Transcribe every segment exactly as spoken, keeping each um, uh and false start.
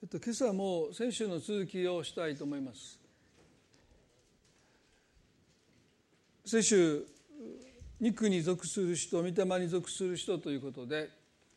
えっと、今朝も先週の続きをしたいと思います。先週、肉に属する人、御霊に属する人ということで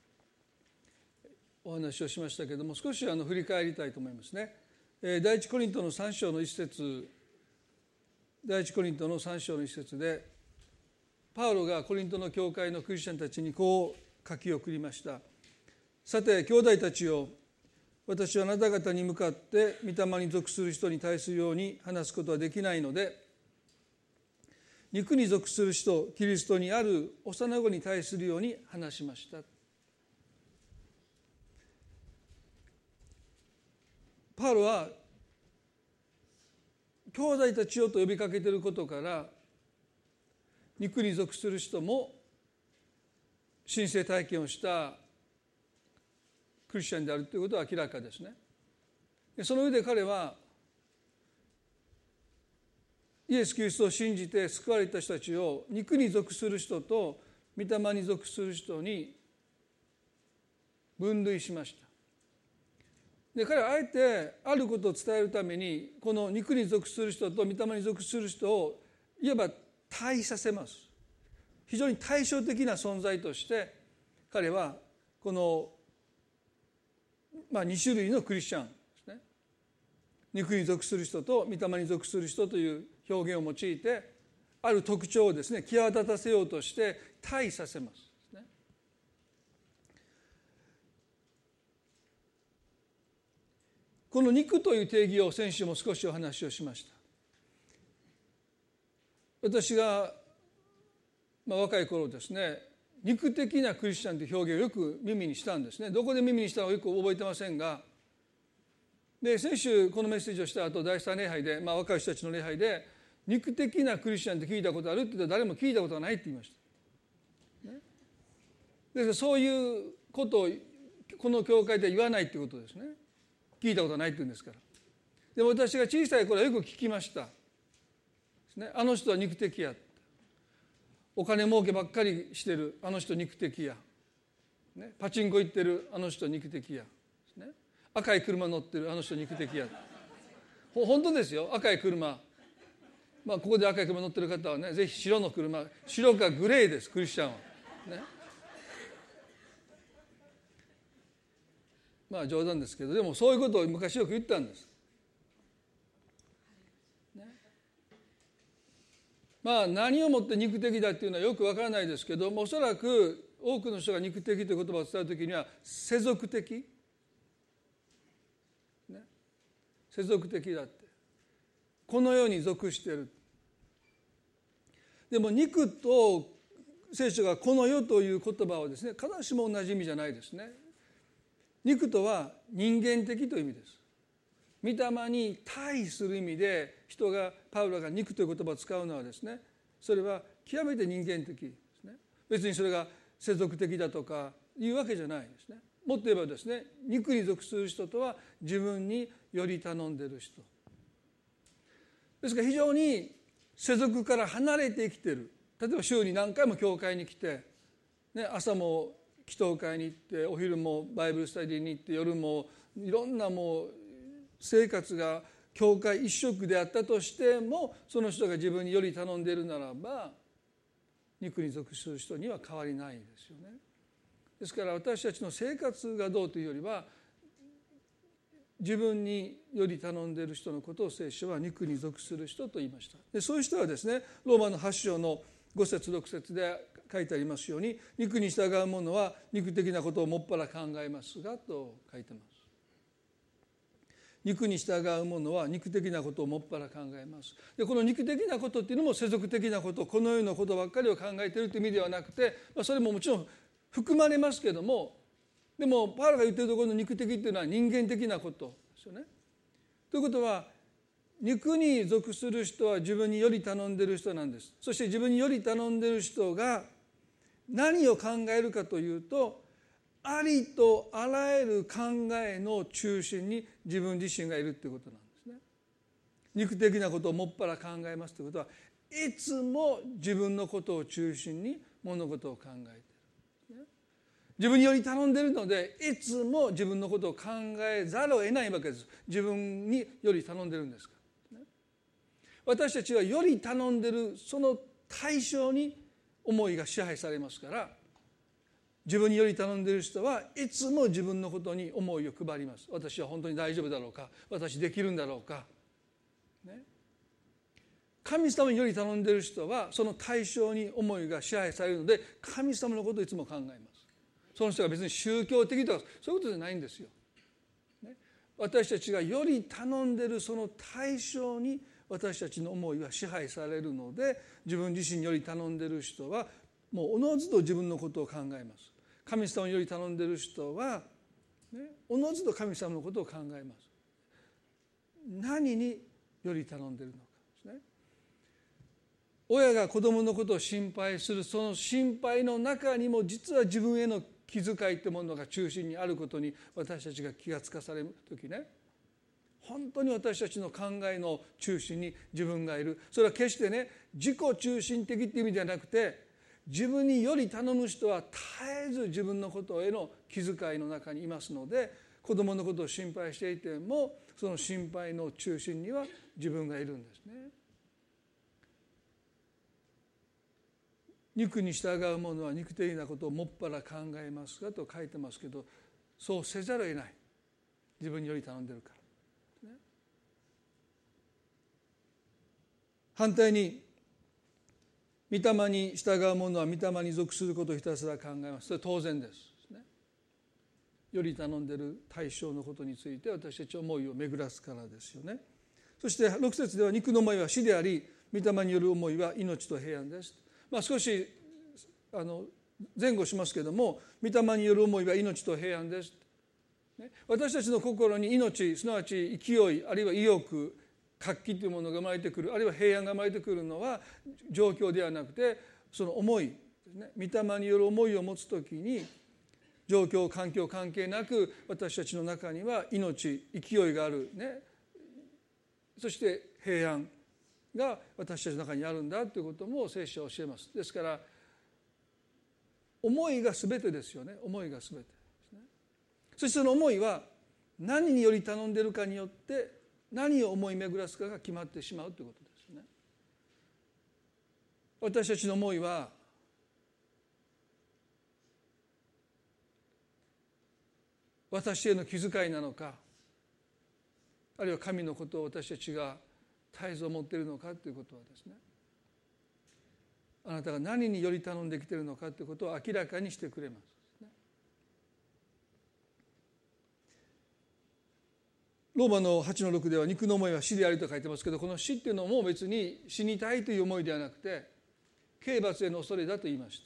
お話をしましたけれども、少しあの振り返りたいと思いますね。第一コリントのさん章の一節、第一コリントのさん章の一節で、パウロがコリントの教会のクリスチャンたちにこう書き送りました。さて、兄弟たちよ、私はあなた方に向かって御霊に属する人に対するように話すことはできないので、肉に属する人、キリストにある幼子に対するように話しました。パウロは兄弟たちよと呼びかけていることから、肉に属する人も神聖体験をしたクリスチャンであるということは明らかですね。その上で彼はイエス・キリストを信じて救われた人たちを肉に属する人と御霊に属する人に分類しました。で、彼はあえてあることを伝えるためにこの肉に属する人と御霊に属する人をいわば対比させます。非常に対照的な存在として彼はこのまあ、に種類のクリスチャンですね。肉に属する人と御霊に属する人という表現を用いてある特徴をですね際立たせようとして対比させます、ね、この肉という定義を先週も少しお話をしました。私が、まあ、若い頃ですね、肉的なクリスチャンという表現をよく耳にしたんですね。どこで耳にしたのかよく覚えてませんが、で先週このメッセージをした後、第三礼拝で、まあ、若い人たちの礼拝で肉的なクリスチャンって聞いたことあるって言ったら誰も聞いたことがないって言いました、ね、ですからそういうことをこの教会では言わないっていうことですね。聞いたことないって言うんですから。でも私が小さい頃はよく聞きました、ね、あの人は肉的や、お金儲けばっかりしてるあの人肉的や、ね、パチンコ行ってるあの人肉的や、ね、赤い車乗ってるあの人肉的や。本当ですよ。赤い車、まあ、ここで赤い車乗ってる方はね、ぜひ白の車、白かグレーです、クリスチャンは、ね、まあ冗談ですけど、でもそういうことを昔よく言ったんです、ね、まあ、何をもって肉的だっていうのはよくわからないですけども、おそらく多くの人が肉的という言葉を伝えるときには世俗的、ね、世俗的だって、この世に属している。でも肉と聖書がこの世という言葉はですね、必ずしも同じ意味じゃないですね。肉とは人間的という意味です。御霊に対する意味で人がパウロが肉という言葉を使うのはですね、それは極めて人間的ですね。別にそれが世俗的だとかいうわけじゃないですね。もっと言えばですね、肉に属する人とは自分により頼んでいる人ですから、非常に世俗から離れて生きている。例えば週に何回も教会に来て、ね、朝も祈祷会に行って、お昼もバイブルスタディに行って、夜もいろんなもう生活が教会一色であったとしても、その人が自分により頼んでいるならば肉に属する人には変わりないですよね。ですから私たちの生活がどうというよりは、自分により頼んでいる人のことを聖書は肉に属する人と言いました。でそういう人はですね、ローマのはち章のご節ろく節で書いてありますように、肉に従う者は肉的なことをもっぱら考えますがと書いてます。肉に従う者は肉的なことをもっぱら考えます。でこの肉的なことっていうのも世俗的なこと、この世のことばっかりを考えているという意味ではなくて、まあ、それももちろん含まれますけども、でもパウロが言っているところの肉的っていうのは人間的なことですよね。ということは、肉に属する人は自分により頼んでいる人なんです。そして自分により頼んでいる人が何を考えるかというと、ありとあらゆる考えの中心に自分自身がいるということなんですね。肉的なことをもっぱら考えますということは、いつも自分のことを中心に物事を考えている。 自分により頼んでいるので、いつも自分のことを考えざるを得ないわけです。自分により頼んでいるんですから。私たちはより頼んでいるその対象に思いが支配されますから、自分により頼んでいる人はいつも自分のことに思いを配ります。私は本当に大丈夫だろうか、私できるんだろうか、ね、神様により頼んでいる人はその対象に思いが支配されるので、神様のことをいつも考えます。その人が別に宗教的とかそういうことじゃないんですよ、ね、私たちがより頼んでいるその対象に私たちの思いは支配されるので、自分自身により頼んでいる人はもうおのずと自分のことを考えます。神様により頼んでいる人は、ね、おのずと神様のことを考えます。何により頼んでいるのかですね。親が子供のことを心配するその心配の中にも、実は自分への気遣いというものが中心にあることに私たちが気がつかされるときね、本当に私たちの考えの中心に自分がいる。それは決してね、自己中心的っていう意味ではなくて、自分により頼む人は絶えず自分のことへの気遣いの中にいますので、子供のことを心配していてもその心配の中心には自分がいるんですね。肉に従う者は肉的なことをもっぱら考えますがと書いてますけど、そうせざるを得ない。自分により頼んでるから、ね、反対に御霊に従う者は御霊に属することをひたすら考えます。それは当然です、ね、より頼んでいる対象のことについて私たちは思いを巡らすからですよね。そしてろく節では、肉の思いは死であり、御霊による思いは命と平安です。まあ、少しあの前後しますけれども、御霊による思いは命と平安です、ね、私たちの心に命、すなわち勢い、あるいは意欲、活気というものが生まれてくる、あるいは平安が生まれてくるのは状況ではなくて、その思いですね。御霊による思いを持つときに、状況環境関係なく私たちの中には命、勢いがある、ね、そして平安が私たちの中にあるんだということも聖書は教えます。ですから思いが全てですよね。思いが全てですね。そしてその思いは何により頼んでいるかによって何を思い巡らすかが決まってしまうということですね。私たちの思いは私への気遣いなのか、あるいは神のことを私たちが絶えず思っているのかということはですね、あなたが何により頼んできているのかということを明らかにしてくれます。ローマのはちのろくでは、肉の思いは死であると書いてますけど、この死っていうのも別に死にたいという思いではなくて、刑罰への恐れだと言いました。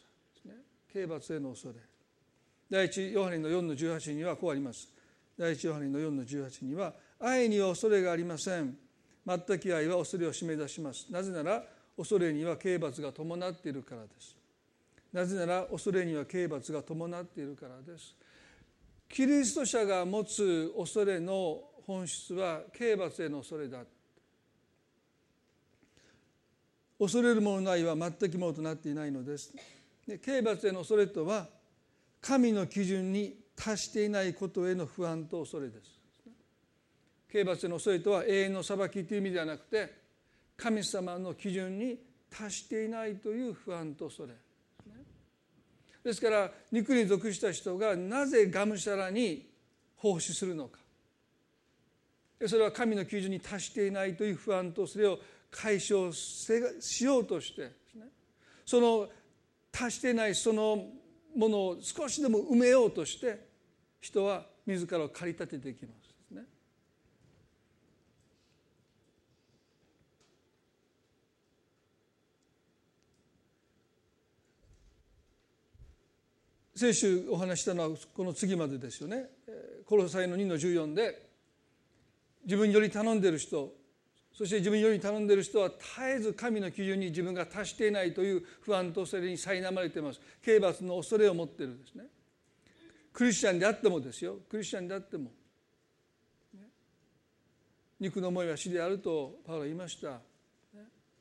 刑罰への恐れ。第一ヨハネのよんのじゅうはちにはこうあります。第一ヨハネのよんのじゅうはちには、愛には恐れがありません。全く愛は恐れを締め出します。なぜなら恐れには刑罰が伴っているからです。なぜなら恐れには刑罰が伴っているからです。キリスト者が持つ恐れの本質は刑罰への恐れだ。恐れるものの愛は全くものとなっていないのです。で、刑罰への恐れとは神の基準に達していないことへの不安と恐れです。刑罰への恐れとは永遠の裁きという意味ではなくて、神様の基準に達していないという不安と恐れですから、肉に属した人がなぜがむしゃらに奉仕するのか、それは神の基準に達していないという不安とそれを解消しようとしてですね、その達していないそのものを少しでも埋めようとして人は自らを駆り立てていきますね。先週お話したのはこの次までですよね。コロサイのにのじゅうよんで、自分より頼んでいる人、そして自分より頼んでいる人は絶えず神の基準に自分が達していないという不安とそれに苛まれています。刑罰の恐れを持っているんですね。クリスチャンであってもですよ、クリスチャンであっても、ね、肉の思いは死であるとパウロは言いました、ね、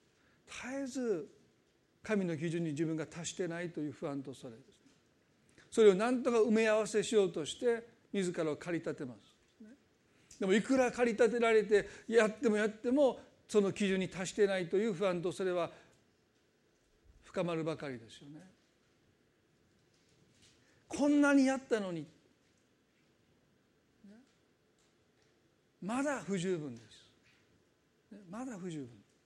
絶えず神の基準に自分が達していないという不安と恐れです。 それを何とか埋め合わせしようとして自らを駆り立てます。でもいくら駆り立てられてやってもやってもその基準に達していないという不安とそれは深まるばかりですよね。こんなにやったのにまだ不十分です。まだ不十分。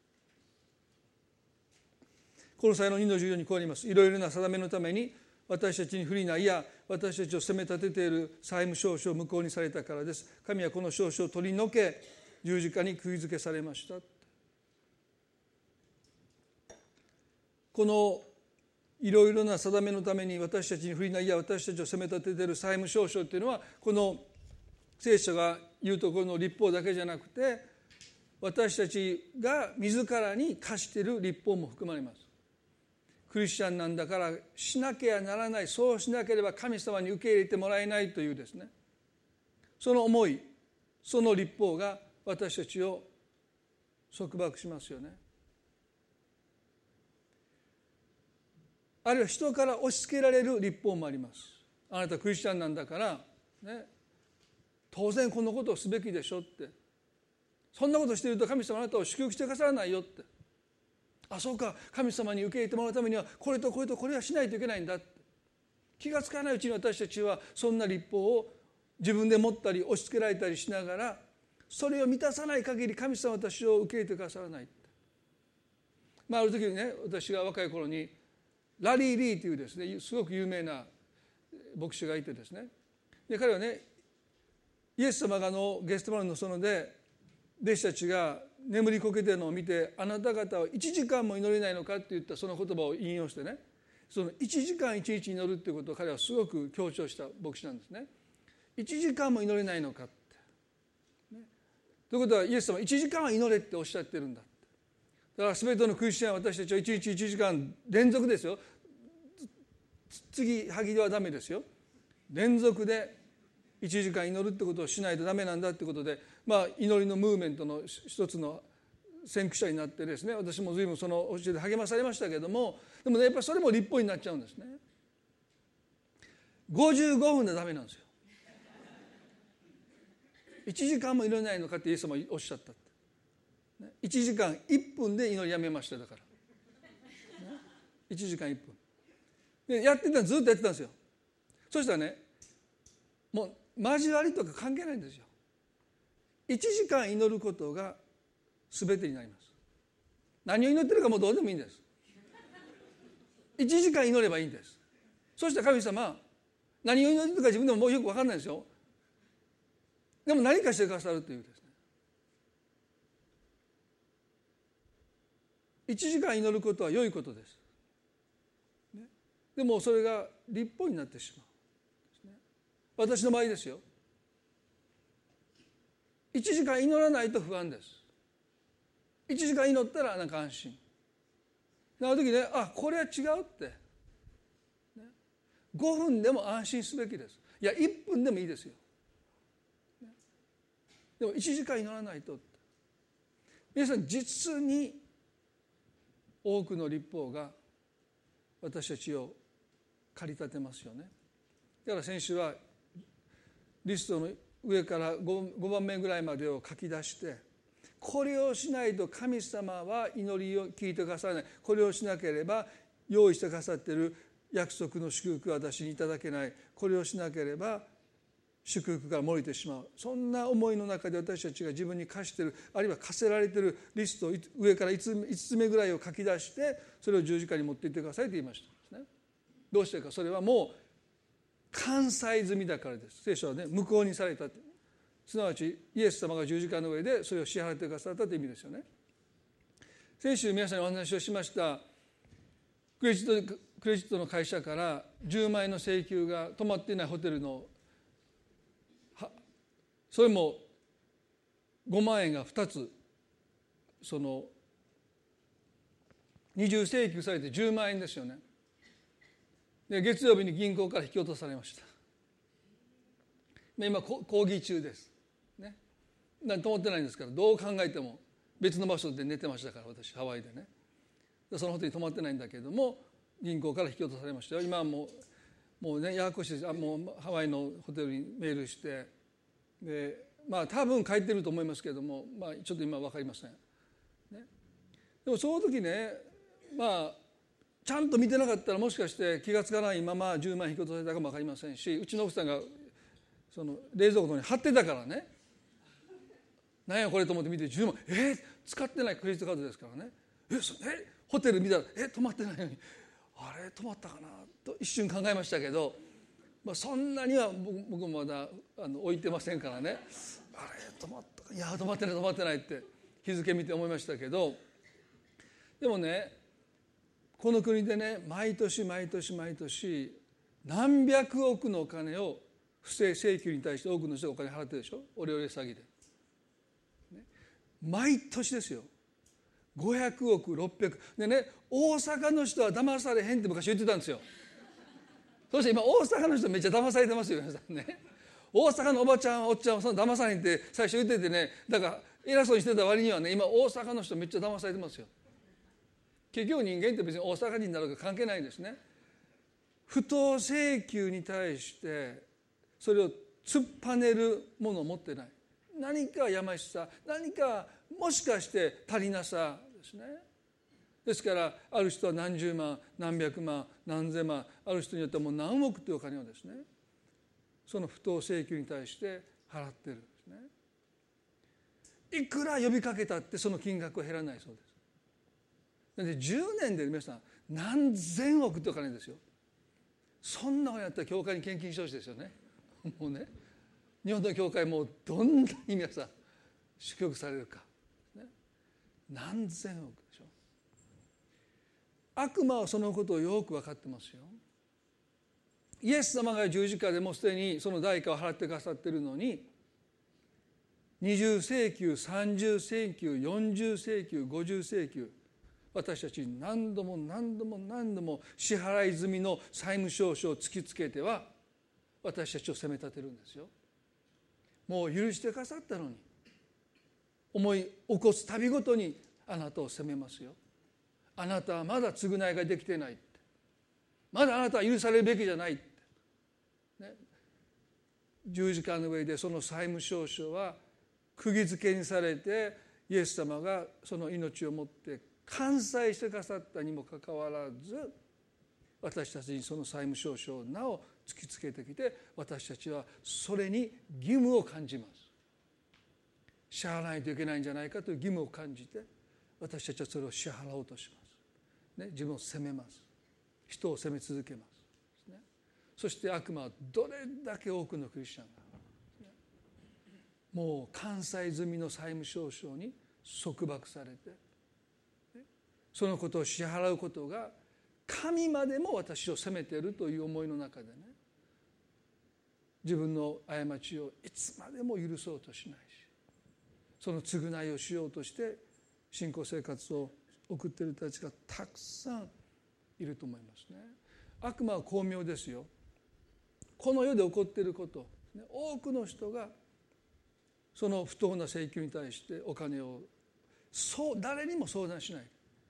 コロサイのにのじゅうよんにこうあります。いろいろな定めのために私たちに不利な、いや私たちを責め立てている債務証書を無効にされたからです。神はこの証書を取り除け十字架に釘付けされました。このいろいろな定めのために私たちに不利な、いや私たちを責め立てている債務証書というのは、この聖書が言うところの律法だけじゃなくて、私たちが自らに課している律法も含まれます。クリスチャンなんだからしなきゃならない、そうしなければ神様に受け入れてもらえないというですね、その思い、その律法が私たちを束縛しますよね。あるいは人から押し付けられる律法もあります。あなたクリスチャンなんだから、ね、当然このことをすべきでしょって、そんなことしていると神様あなたを祝福してくださらないよって、あそうか神様に受け入れてもらうためにはこれとこれとこれはしないといけないんだって、気がつかないうちに私たちはそんな律法を自分で持ったり押し付けられたりしながら、それを満たさない限り神様は私を受け入れてくださらないって。まあ、ある時にね、私が若い頃にラリー・リーというですねすごく有名な牧師がいてですね、で彼はね、イエス様がのゲストマルの園で弟子たちが眠りこけているのを見て、あなた方はいちじかんも祈れないのかって言ったその言葉を引用してね、そのいちじかんいちにち祈るっていうことを彼はすごく強調した牧師なんですね。いちじかんも祈れないのかって、ね、ということはイエス様はいちじかんは祈れっておっしゃってるんだって。だから全てのクリスチャンは私たちはいちにちいちじかん連続ですよ、次はぎではダメですよ、連続でいちじかん祈るってことをしないとダメなんだってことで、まあ、祈りのムーブメントの一つの先駆者になってですね、私も随分その教えで励まされましたけれども、でもねやっぱりそれも律法になっちゃうんですね。ごじゅうごふんでダメなんですよ。いちじかんも祈れないのかってイエス様おっしゃったって。いちじかんいっぷんで祈りやめました。だからいちじかんいっぷんでやってたずっとやってたんですよ。そしたらね、もう交わりとか関係ないんですよ。いちじかん祈ることが全てになります。何を祈ってるかもうどうでもいいんです。いちじかん祈ればいいんです。そしたら神様何を祈ってるか自分でももうよく分かんないですよ。でも何かしてくださるというですね、いちじかん祈ることは良いことです、ね、でもそれが律法になってしまう、ね、私の場合ですよ。いちじかん祈らないと不安です。いちじかん祈ったらなんか安心。なの時ね、あこれは違うって、ね、ごふんでも安心すべきです。いやいっぷんでもいいですよ、ね、でもいちじかん祈らないと。皆さん実に多くの律法が私たちを駆り立てますよね。だから先週はリストの上から 5, 5番目ぐらいまでを書き出して、これをしないと神様は祈りを聞いてくださらない、これをしなければ用意してくださっている約束の祝福は私にいただけない、これをしなければ祝福から漏れてしまう、そんな思いの中で私たちが自分に課している、あるいは課せられているリストを上からいつつめぐらいを書き出して、それを十字架に持っていってくださいと言いましたね。どうしてか、それはもう完済済みだからです。聖書はね、無効にされた、すなわちイエス様が十字架の上でそれを支払ってくださったという意味ですよね。先週皆さんにお話をしましたクレジット、クレジットの会社からじゅうまんえんの請求が泊まっていないホテルの、それもごまんえんがふたつ、その二重請求されてじゅうまんえんですよね。で月曜日に銀行から引き落とされました。今抗議中ですね。何と思ってないんですから、どう考えても別の場所で寝てましたから、私ハワイでね、そのホテルに泊まってないんだけれども銀行から引き落とされましたよ。今はもうもうねややこしいです。あもうハワイのホテルにメールしてでまあ多分書いてると思いますけれども、まあ、ちょっと今分かりません、ね、でもその時ねまあちゃんと見てなかったらもしかして気がつかないままじゅうまん引き落とされたかも分かりませんし、うちの奥さんがその冷蔵庫に貼ってたからね、何やこれと思って見てじゅうまん、えー、使ってないクレジットカードですからね、えそえホテル見たらえ止まってないのにあれ止まったかなと一瞬考えましたけど、まあ、そんなには僕もまだあの置いてませんからね、あれ止まったかいや止まってない止まってないって日付見て思いましたけど、でもねこの国でね毎年毎年毎年何百億のお金を不正請求に対して多くの人がお金払ってるでしょ、オレオレ詐欺で、ね、毎年ですよごひゃくおくろっぴゃくでね、大阪の人は騙されへんって昔言ってたんですよ。そして今大阪の人めっちゃ騙されてますよ皆さんね。大阪のおばちゃんおっちゃんはその騙されへんって最初言っててね、だから偉そうにしてた割にはね今大阪の人めっちゃ騙されてますよ。結局人間って別に大阪人になるか関係ないんですね。不当請求に対してそれを突っぱねるものを持ってない、何かやましさ、何かもしかして足りなさですね。ですからある人は何十万何百万何千万、ある人によってはもう何億というお金をですねその不当請求に対して払ってるんですね。いくら呼びかけたってその金額は減らないそうです。でじゅうねんで皆さん何千億というお金ですよ。そんなのやったら教会に献金してほしいですよね。もうね日本の教会もどんなに皆さん祝福されるか、ね、何千億でしょ。悪魔はそのことをよく分かってますよ。イエス様が十字架でもうすでにその代価を払ってくださっているのに、にじゅうせいきゅうさんじゅうせいきゅうよんじゅうせいきゅうごじゅうせいきゅう私たちに何度も何度も何度も支払い済みの債務証書を突きつけては私たちを責め立てるんですよ。もう許してくださったのに思い起こすたびごとにあなたを責めますよ。あなたはまだ償いができてないって、まだあなたは許されるべきじゃないって、ね、十字架の上でその債務証書は釘付けにされてイエス様がその命をもって完済してくださったにもかかわらず、私たちにその債務証書をなお突きつけてきて、私たちはそれに義務を感じます。支払わないといけないんじゃないかという義務を感じて、私たちはそれを支払おうとします、ね、自分を責めます。人を責め続けます、ね、そして悪魔はどれだけ多くのクリスチャンがもう完済済みの債務証書に束縛されて、そのことを支払うことが神までも私を責めているという思いの中でね、自分の過ちをいつまでも許そうとしないし、その償いをしようとして信仰生活を送っている人たちがたくさんいると思いますね。悪魔は巧妙ですよ。この世で起こっていること、多くの人がその不当な請求に対してお金をそう誰にも相談しない、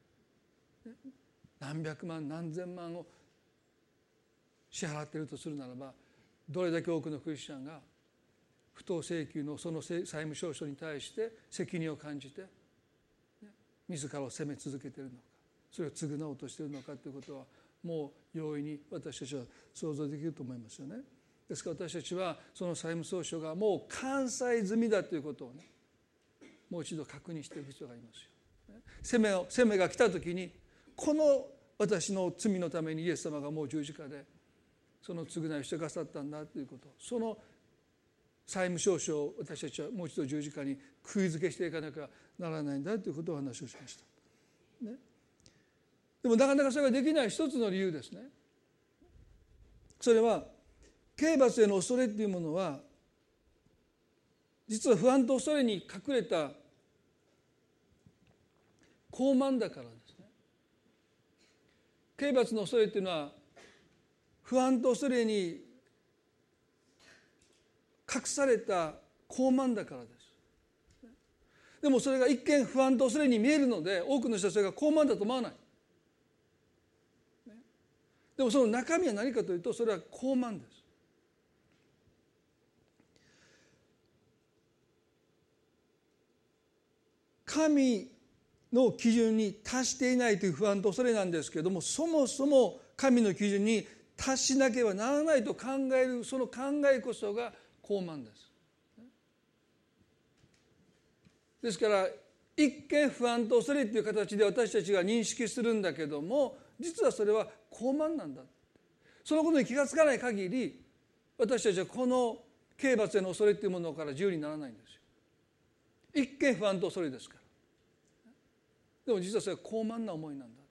何百万何千万を支払っているとするならば、どれだけ多くのクリスチャンが不当請求のその債務証書に対して責任を感じて自らを責め続けているのか、それを償おうとしているのかということはもう容易に私たちは想像できると思いますよね。ですから私たちはその債務証書がもう完済済みだということをね、もう一度確認していく必要がありますよ。責めを責めが来た時に、この私の罪のためにイエス様がもう十字架でその償いをしてくださったんだということ、その債務証書を私たちはもう一度十字架に釘付けしていかなきゃならないんだということをお話をしました、ね、でもなかなかそれができない一つの理由ですね。それは刑罰への恐れというものは実は不安と恐れに隠れた傲慢だからですね。刑罰の恐れというのは不安と恐れに隠された傲慢だからです。でもそれが一見不安と恐れに見えるので、多くの人はそれが傲慢だと思わない。 でもその中身は何かというと、それは傲慢です。神の基準に達していないという不安と恐れなんですけれども、そもそも神の基準に達しなければならないと考える、その考えこそが傲慢です。ですから一見不安と恐れという形で私たちが認識するんだけども、実はそれは傲慢なんだ。そのことに気がつかない限り、私たちはこの刑罰への恐れというものから自由にならないんですよ。一見不安と恐れですから。でも実はそれは傲慢な思いなんだ。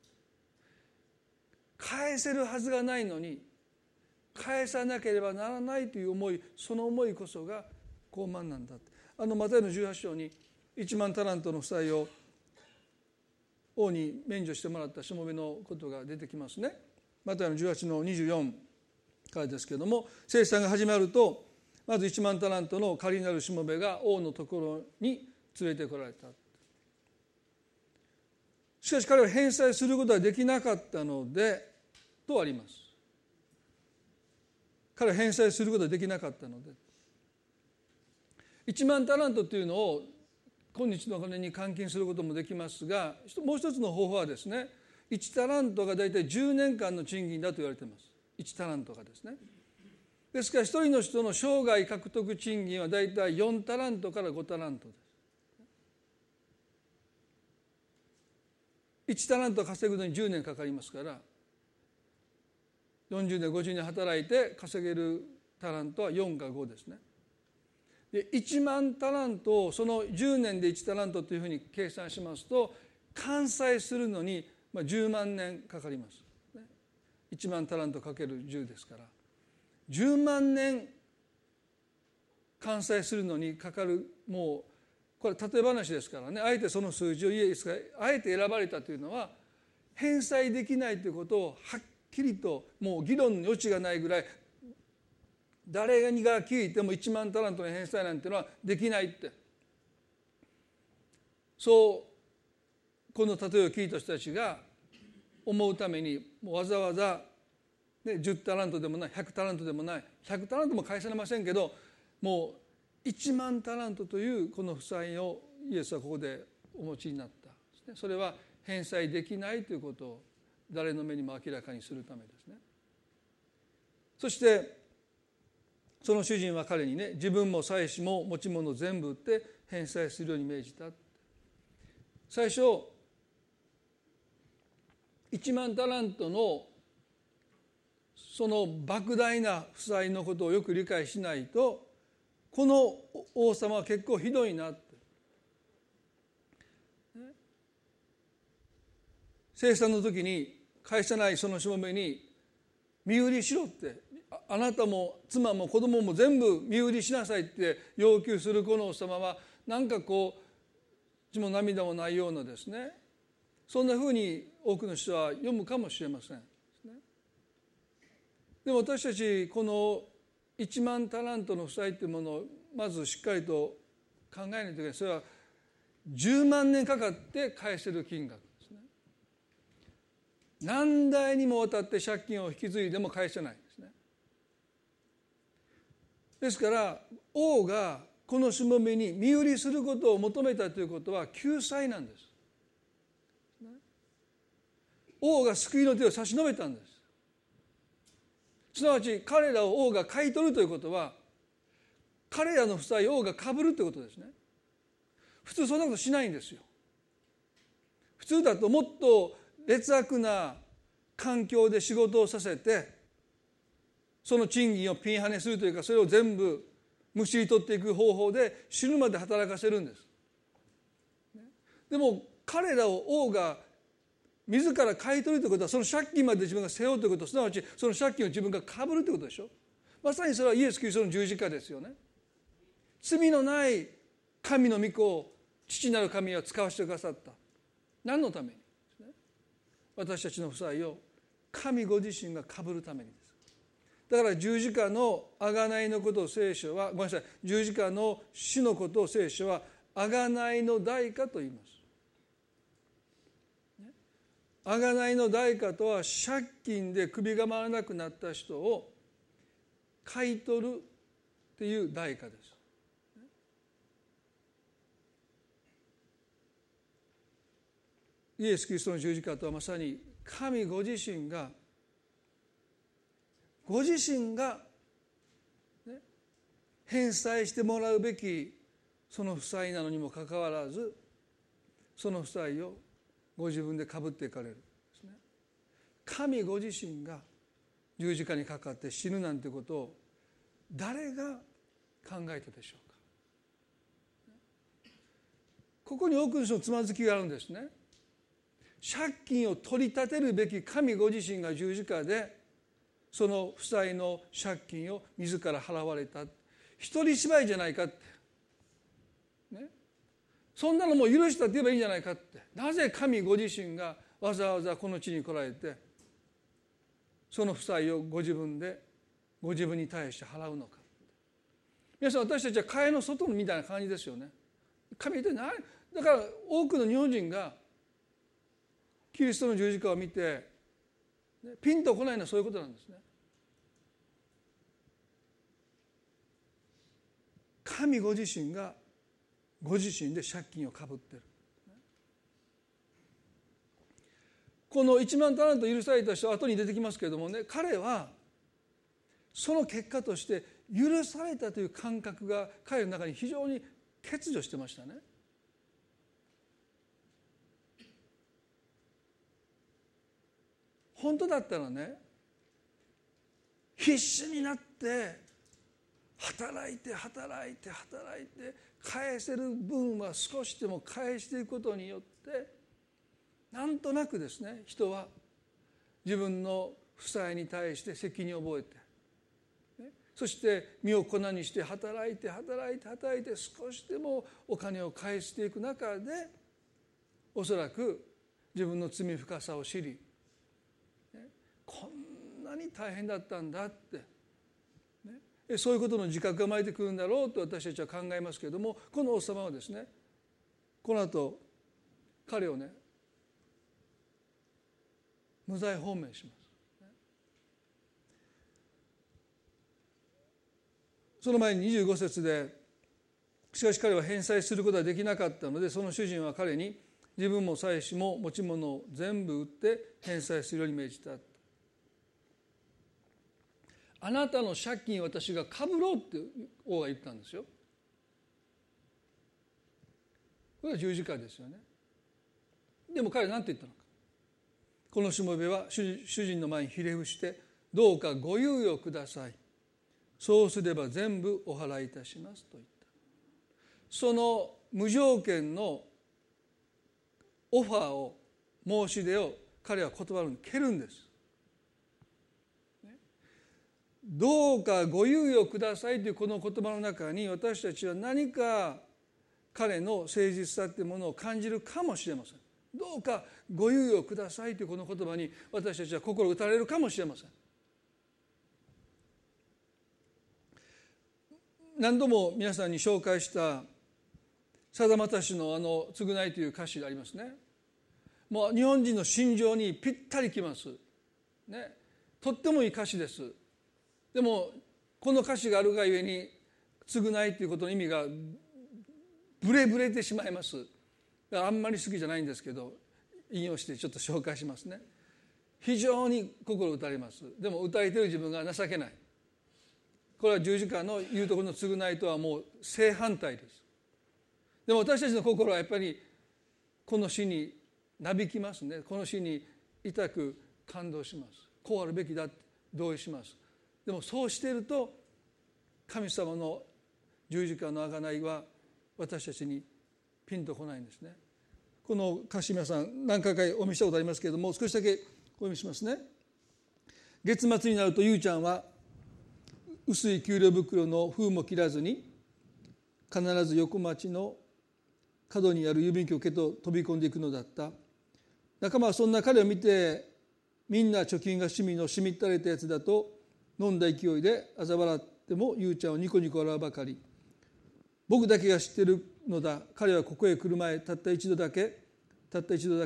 返せるはずがないのに返さなければならないという思い、その思いこそが傲慢なんだ。あのマタイのじゅうはち章にいちまんタラントの負債を王に免除してもらったしもべのことが出てきますね。マタイのじゅうはちのにじゅうよんからですけれども、生産が始まるとまずいちまんタラントの仮になるしもべが王のところに連れてこられた。しかし彼は返済することはできなかったのでとあります。彼は返済することはできなかったので、いちまんタラントというのを今日のお金に換金することもできますが、もう一つの方法はですね、いちタラントがだいたいじゅうねんかんの賃金だと言われています。いちタラントがですね。ですから一人の人の生涯獲得賃金はだいたいよんタラントからごタラントです。いちタラント稼ぐのにじゅうねんかかりますから、よんじゅうねんごじゅうねん働いて稼げるタラントはよんかごですね。でいちまんタラントをそのじゅうねんでいちタラントというふうに計算しますと、完済するのにじゅうまんねんかかります。いちまんタラントかけるじゅうですから、じゅうまんねん完済するのにかかる。もうこれ例え話ですからね、あえてその数字をイエスがあえて選ばれたというのは、返済できないということをはっきりと、もう議論の余地がないぐらい、誰が聞いてもいちまんタラントの返済なんていうのはできないって、そうこの例えを聞いた人たちが思うために、もうわざわざ、ね、じゅうタラントでもない、ひゃくタラントでもない、ひゃくタラントも返されませんけど、もういちまんタラントというこの負債をイエスはここでお持ちになった。それは返済できないということを誰の目にも明らかにするためですね。そしてその主人は彼にね、自分も妻子も持ち物全部売って返済するように命じた。最初いちまんタラントのその莫大な負債のことをよく理解しないと、この王様は結構ひどいなって、生産の時に返さないそのしもべに身売りしろって、あなたも妻も子供も全部身売りしなさいって要求するこの王様は、なんかこう血も涙もないようなですね、そんなふうに多くの人は読むかもしれません。でも私たちこのいちまんタラントの負債というものをまずしっかりと考えないといけない。それはじゅうまんねんかかって返せる金額ですね。何代にもわたって借金を引き継いでも返せないですね。ですから王がこのしもべに身売りすることを求めたということは救済なんです。王が救いの手を差し伸べたんです。すなわち彼らを王が買い取るということは、彼らの負債を王が被るということですね。普通そんなことしないんですよ。普通だともっと劣悪な環境で仕事をさせて、その賃金をピンハネするというか、それを全部むしり取っていく方法で死ぬまで働かせるんです。でも彼らを王が自ら買い取るということは、その借金まで自分が背負うということ、すなわちその借金を自分が被るということでしょ。まさにそれはイエス・キリストの十字架ですよね。罪のない神の御子を父なる神は使わせてくださった。何のためにですね。私たちの負債を神ご自身が被るためにです。だから十字架の贖いのことを聖書は、ごめんなさい、十字架の死のことを聖書は贖いの代価と言います。 贖いの代価とは借金で首が回らなくなった人を買い取るっていう代価です。イエス・キリストの十字架とはまさに神ご自身がご自身が、ね、返済してもらうべきその負債なのにもかかわらず、その負債をご自分でかぶっていかれるんですね。神ご自身が十字架にかかって死ぬなんてことを誰が考えたでしょうか。ここに多くの人のつまずきがあるんですね。借金を取り立てるべき神ご自身が十字架でその負債の借金を自ら払われた。一人芝居じゃないかって、ね、そんなのもう許したって言えばいいんじゃないかって、なぜ神ご自身がわざわざこの地に来られてその負債をご自分でご自分に対して払うのか。皆さん、私たちは蚊帳の外みたいな感じですよね。神って何だから多くの日本人がキリストの十字架を見てピンとこないのはそういうことなんですね。神ご自身がご自身で借金をかぶってる。このいちまんタラント許された人は後に出てきますけれどもね、彼はその結果として許されたという感覚が彼の中に非常に欠如してましたね。本当だったらね、必死になって働いて働いて働いて返せる分は少しでも返していくことによってなんとなくですね、人は自分の負債に対して責任を覚えて、ね、そして身を粉にして働いて働いて働いて少しでもお金を返していく中で、おそらく自分の罪深さを知り、こんなに大変だったんだって、ね、そういうことの自覚が生まれてくるんだろうと私たちは考えますけれども、この王様はですね、この後彼をね無罪放免します。その前ににじゅうご節で、しかし彼は返済することができなかったので、その主人は彼に自分も妻子も持ち物を全部売って返済するように命じた。あなたの借金を私がかぶろうって王が言ったんですよ。これは十字架ですよね。でも彼は何て言ったのか。このしもべは主人の前にひれ伏して、どうかご猶予ください、そうすれば全部お払いいたしますと言った。その無条件のオファーを、申し出を彼は断るに蹴るんです。どうかご猶予くださいというこの言葉の中に、私たちは何か彼の誠実さというものを感じるかもしれません。どうかご猶予くださいというこの言葉に私たちは心打たれるかもしれません。何度も皆さんに紹介したさだまさしのあの償いという歌詞がありますね。もう日本人の心情にぴったりきます、ね、とってもいい歌詞です。でもこの歌詞があるがゆえに償いということの意味がブレブレてしまいます。あんまり好きじゃないんですけど引用してちょっと紹介しますね。非常に心打たれます。でも歌えてる自分が情けない。これは十字架の言うところの償いとはもう正反対です。でも私たちの心はやっぱりこの詩になびきますね。この詩に痛く感動します。こうあるべきだって同意します。でもそうしていると神様の十字架の贖いは私たちにピンとこないんですね。この歌詞皆さん何回かお見せしたことありますけれども、少しだけお読みしますね。月末になるとゆうちゃんは薄い給料袋の封も切らずに必ず横町の角にある郵便局へと飛び込んでいくのだった。仲間はそんな彼を見て、みんな貯金が趣味のしみったれたやつだと飲んだ勢いで嘲笑ってもゆうちゃんをニコニコ笑うばかり。僕だけが知ってるのだ。彼はここへ来る前たった一度だけたった一度だけ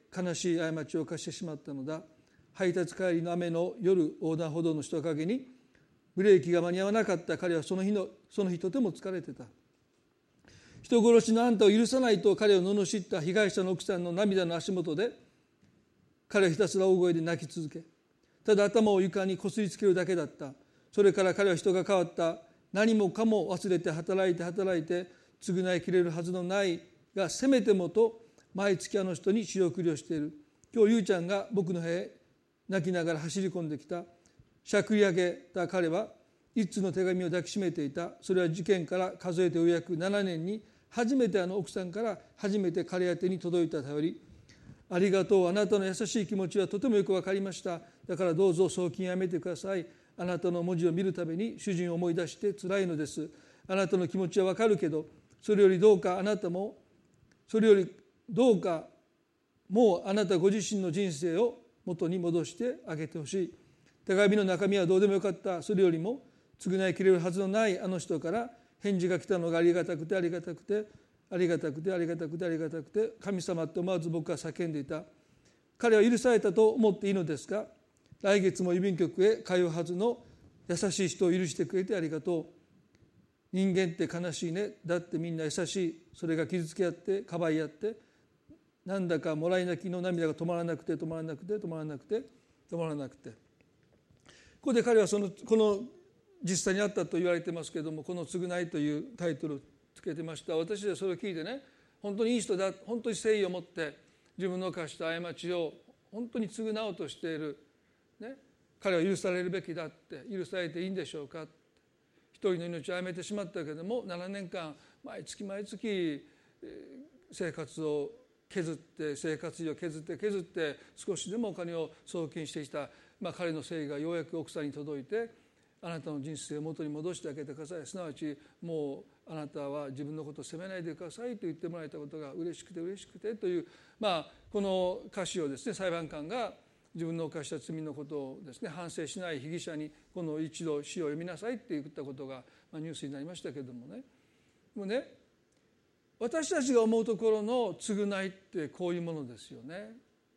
悲しい過ちを犯してしまったのだ。配達帰りの雨の夜、横断歩道の人影にブレーキが間に合わなかった彼はその日のその日とても疲れてた。人殺しのあんたを許さないと彼を罵った被害者の奥さんの涙の足元で彼はひたすら大声で泣き続け、ただ頭を床にこすりつけるだけだった。それから彼は人が変わった。何もかも忘れて働いて働いて償いきれるはずのないが、せめてもと毎月あの人に仕送りをしている。今日ゆうちゃんが僕の部屋へ泣きながら走り込んできた。しゃくり上げた彼は一通の手紙を抱きしめていた。それは事件から数えてようやくななねんに初めてあの奥さんから初めて彼宛てに届いた頼り。ありがとう。あなたの優しい気持ちはとてもよくわかりました。だからどうぞ送金やめてください。あなたの文字を見るたびに主人を思い出してつらいのです。あなたの気持ちはわかるけど、それよりどうかあなたもそれよりどうかもうあなたご自身の人生を元に戻してあげてほしい。手紙の中身はどうでもよかった。それよりも償いきれるはずのないあの人から返事が来たのがありがたくてありがたくてありがたくてありがたくてありがたくて、神様って思わず僕は叫んでいた。彼は許されたと思っていいのですか？来月も郵便局へ通うはずの優しい人を許してくれてありがとう。人間って悲しいね。だってみんな優しい。それが傷つけ合ってかばい合ってなんだかもらい泣きの涙が止まらなくて止まらなくて止まらなくて止まらなくて、ここで彼はそのこの実際にあったと言われてますけれども、この償いというタイトルをつけてました。私はそれを聞いてね、本当にいい人だ、本当に誠意を持って自分の犯した過ちを本当に償おうとしている、ね、彼は許されるべきだって、許されていいんでしょうか。一人の命を殺めてしまったけれどもななねんかん毎月毎月生活を削って生活費を削って削って少しでもお金を送金してきた、まあ、彼の誠意がようやく奥さんに届いて、あなたの人生を元に戻してあげてください。すなわちもうあなたは自分のことを責めないでくださいと言ってもらえたことが嬉しくて嬉しくてという、まあ、この歌詞をですね、裁判官が自分の犯した罪のことをですね反省しない被疑者にこの一度詩を読みなさいって言ったことが、まあ、ニュースになりましたけれどもね。でもね、私たちが思うところの償いってこういうものですよね。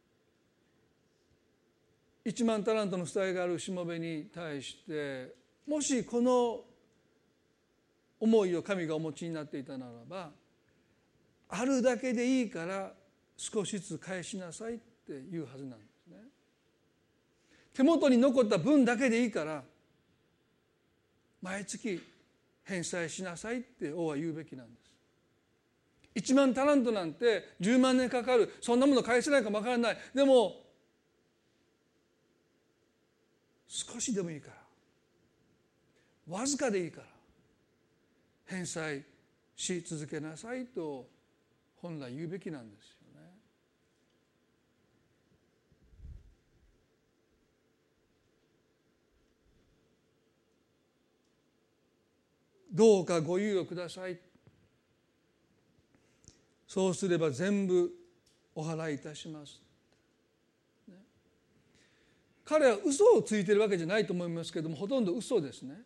一万タラントの負債があるしもべに対してもしこの思いを神がお持ちになっていたならば、あるだけでいいから少しずつ返しなさいって言うはずなんですね。手元に残った分だけでいいから毎月返済しなさいって王は言うべきなんです。一万タラントなんてじゅうまんねんかかる、そんなもの返せないかもわからない。でも少しでもいいからわずかでいいから返済し続けなさいと本来言うべきなんですよね。どうかご猶予ください。そうすれば全部お払いいたします。ね、彼は嘘をついているわけじゃないと思いますけれども、ほとんど嘘ですね。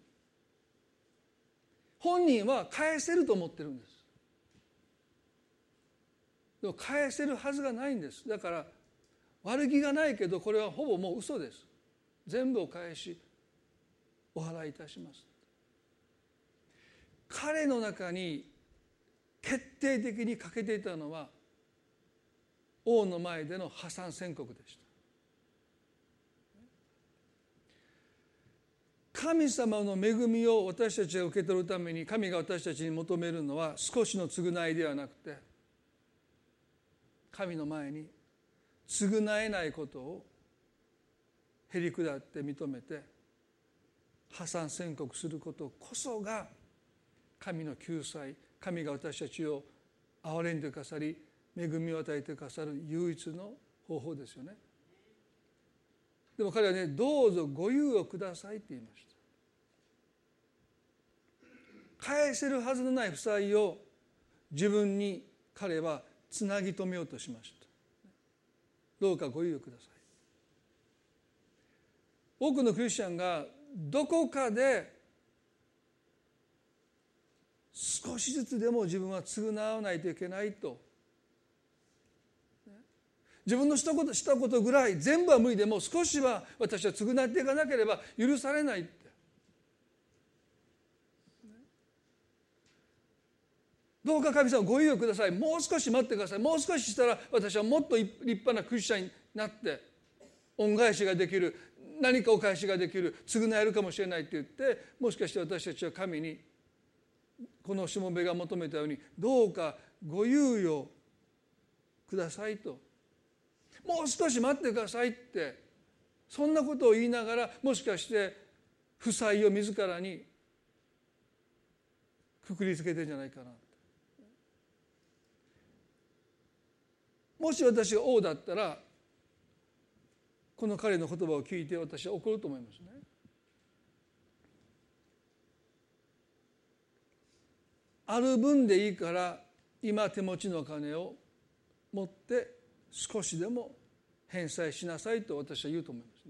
本人は返せると思ってるんです。でも返せるはずがないんです。だから悪気がないけどこれはほぼもう嘘です。全部お返しお払いいたします。彼の中に決定的に欠けていたのは王の前での破産宣告でした。神様の恵みを私たちが受け取るために神が私たちに求めるのは少しの償いではなくて、神の前に償えないことをへり下って認めて破産宣告することこそが神の救済、神が私たちを憐れんでくださり恵みを与えてくださる唯一の方法ですよね。でも彼はね、どうぞご猶予くださいって言いました。返せるはずのない負債を自分に彼はつなぎ止めようとしました。どうかご猶予ください。多くのクリスチャンがどこかで少しずつでも自分は償わないといけないと、 自分のしたことしたことぐらい全部は無理でも少しは私は償っていかなければ許されないって。どうか神様ご猶予ください、もう少し待ってください、もう少ししたら私はもっと立派なクリスチャンになって恩返しができる、何かお返しができる、償えるかもしれないって言って、もしかして私たちは神にこのしもべが求めたようにどうかご猶予くださいと、もう少し待ってくださいって、そんなことを言いながらもしかして負債を自らにくくりつけてるんじゃないかな。もし私が王だったらこの彼の言葉を聞いて私は怒ると思いますね。ある分でいいから今手持ちの金を持って少しでも返済しなさいと私は言うと思いますね。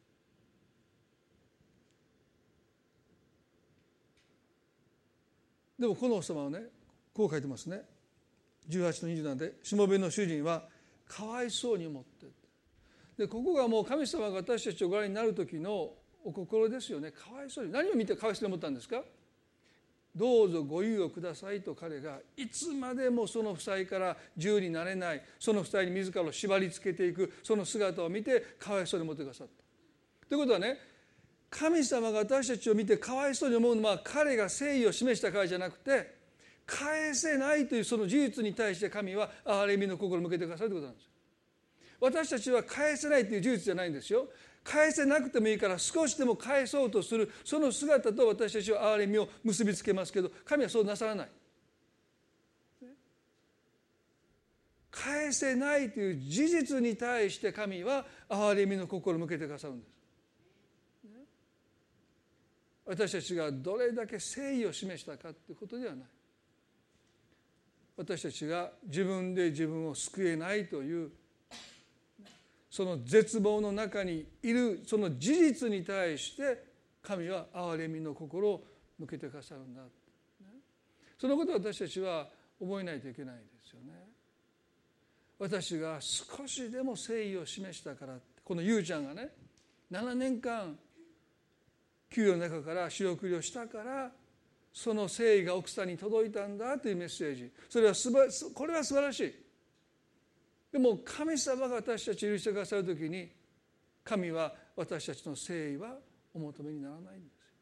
でもこのお様はねこう書いてますね。じゅうはちのにじゅうななでしもべの主人はかわいそうに思って、でここがもう神様が私たちをご覧になる時のお心ですよね。かわいそうに、何を見てかわいそうに思ったんですか。どうぞご猶予くださいと彼がいつまでもその負債から自由になれない、その負債に自らを縛り付けていくその姿を見てかわいそうに思ってくださった。ということはね、神様が私たちを見てかわいそうに思うのは彼が誠意を示したからじゃなくて、返せないというその事実に対して神は憐れみの心を向けてくださるということなんですよ。私たちは返せないという事実じゃないんですよ。返せなくてもいいから少しでも返そうとするその姿と私たちは憐れみを結びつけますけど、神はそうなさらない。返せないという事実に対して神は憐れみの心を向けてくださるんです。私たちがどれだけ誠意を示したかということではない。私たちが自分で自分を救えないというその絶望の中にいるその事実に対して神は憐れみの心を向けてくださるんだ。そのことを私たちは覚えないといけないですよね。私が少しでも誠意を示したから、このゆうちゃんがねななねんかん給与の中から仕送りをしたからその誠意が奥さんに届いたんだというメッセージ、それはすばこれは素晴らしい。でも神様が私たちを許してくださるときに神は私たちの誠意はお求めにならないんですよ。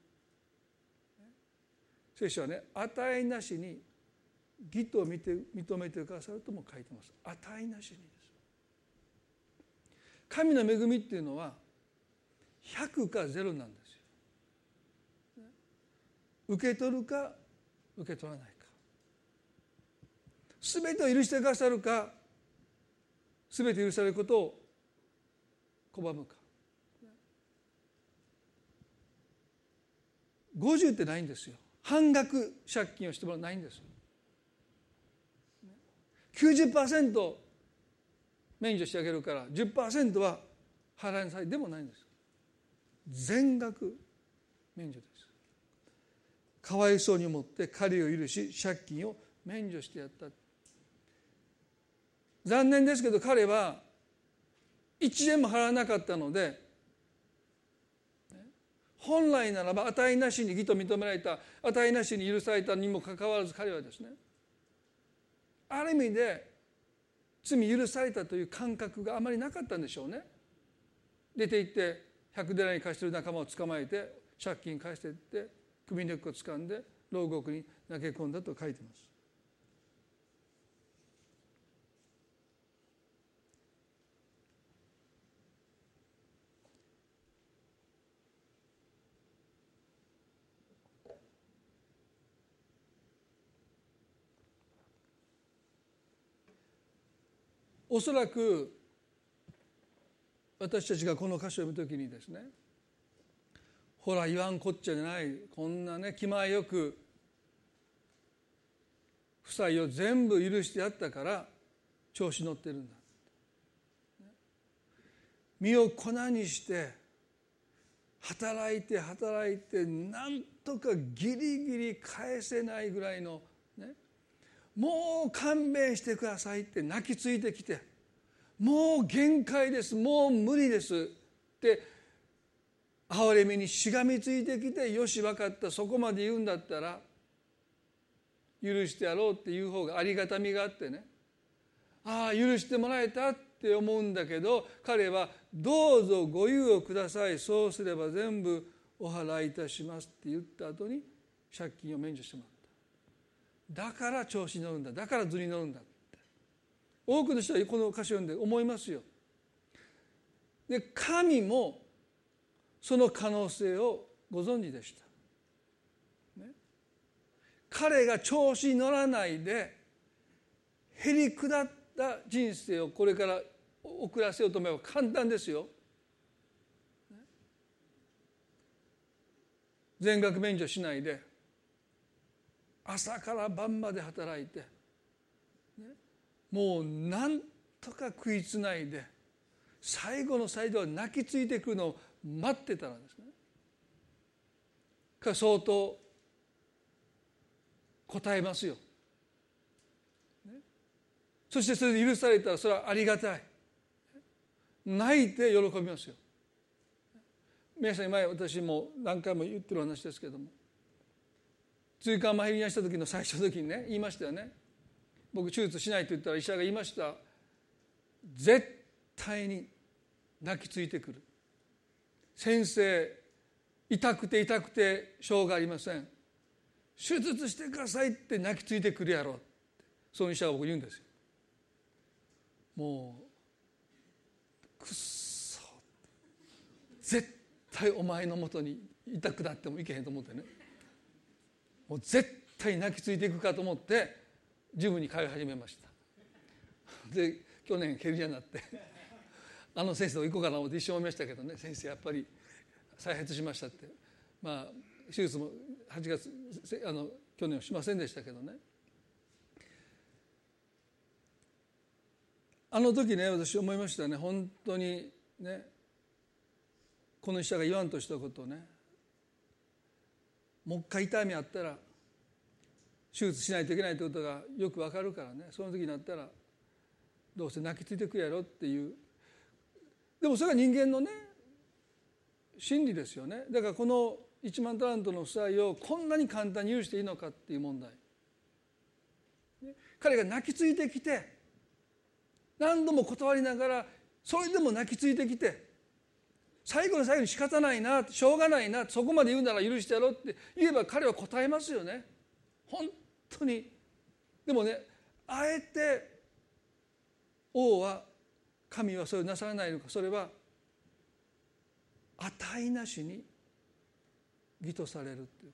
聖書はね、値なしに義と見て認めてくださるとも書いてます。値なしにです。神の恵みっていうのはひゃくかゼロなんですよ。受け取るか受け取らないか、すべてを許してくださるかすべて許されることを拒むか。ごじゅうってないんですよ。半額借金をしてもらうないんです。 きゅうじゅっパーセント 免除してあげるから じゅっパーセント は払いなさいでもないんです。全額免除です。かわいそうに思って借りを許し借金を免除してやった。残念ですけど彼はいちえんも払わなかったので、本来ならば値なしに義と認められた、値なしに許されたにもかかわらず彼はですね、ある意味で罪許されたという感覚があまりなかったんでしょうね。出て行ってひゃくデナリ貸している仲間を捕まえて借金返していって首根っこを掴んで牢獄に投げ込んだと書いてます。おそらく私たちがこの箇所を読むときにですね、ほら言わんこっちゃじゃない、こんなね気前よく負債を全部許してやったから調子乗ってるんだ、身を粉にして働いて働いてなんとかギリギリ返せないぐらいのね、もう勘弁してくださいって泣きついてきて、 もう限界です、もう無理ですって憐れみにしがみついてきて、よし分かった、そこまで言うんだったら許してやろうっていう方がありがたみがあってね、ああ許してもらえたって思うんだけど、彼はどうぞご猶予ください、そうすれば全部お払いいたしますって言った後に借金を免除してもらった。だから調子に乗るんだ、だから図に乗るんだって多くの人はこの歌詞を読んで思いますよ。で神もその可能性をご存知でした、ね、彼が調子に乗らないでへりくだった人生をこれから送らせようと思えば簡単ですよ。全額免除しないで朝から晩まで働いて、ね、もうなんとか食いつないで最後の最後は泣きついてくるのを待ってたらですね、相当答えますよ、ね、そしてそれで許されたらそれはありがたい、泣いて喜びますよ。皆さん前私も何回も言ってる話ですけども、椎間麻痺にした時の最初の時にね言いましたよね。僕手術しないと言ったら医者が言いました。絶対に泣きついてくる。先生痛くて痛くてしょうがありません、手術してくださいって泣きついてくるやろってその医者が僕言うんですよ。もうくっそ絶対お前のもとに痛くなってもいけへんと思ってね、もう絶対泣きついていくかと思ってジムに通い始めました。で去年ヘルニアになってあの先生と行こうかなと思って一生思いましたけどね、先生やっぱり再発しましたって、まあ手術もはちがつあの去年はしませんでしたけどね。あの時ね私思いましたね、本当にねこの医者が言わんとしたことをね、もう一回痛みあったら手術しないといけないということがよくわかるからね、その時になったらどうせ泣きついてくやろっていう、でもそれが人間のね真理ですよね。だからこのいちまんタラントの負債をこんなに簡単に許していいのかっていう問題、彼が泣きついてきて何度も断りながらそれでも泣きついてきて最後の最後に仕方ないな、しょうがないな、そこまで言うなら許してやろうって言えば彼は答えますよね、本当に。でもねあえて王は神はそれをなさらないのか、それは値なしに義とされるという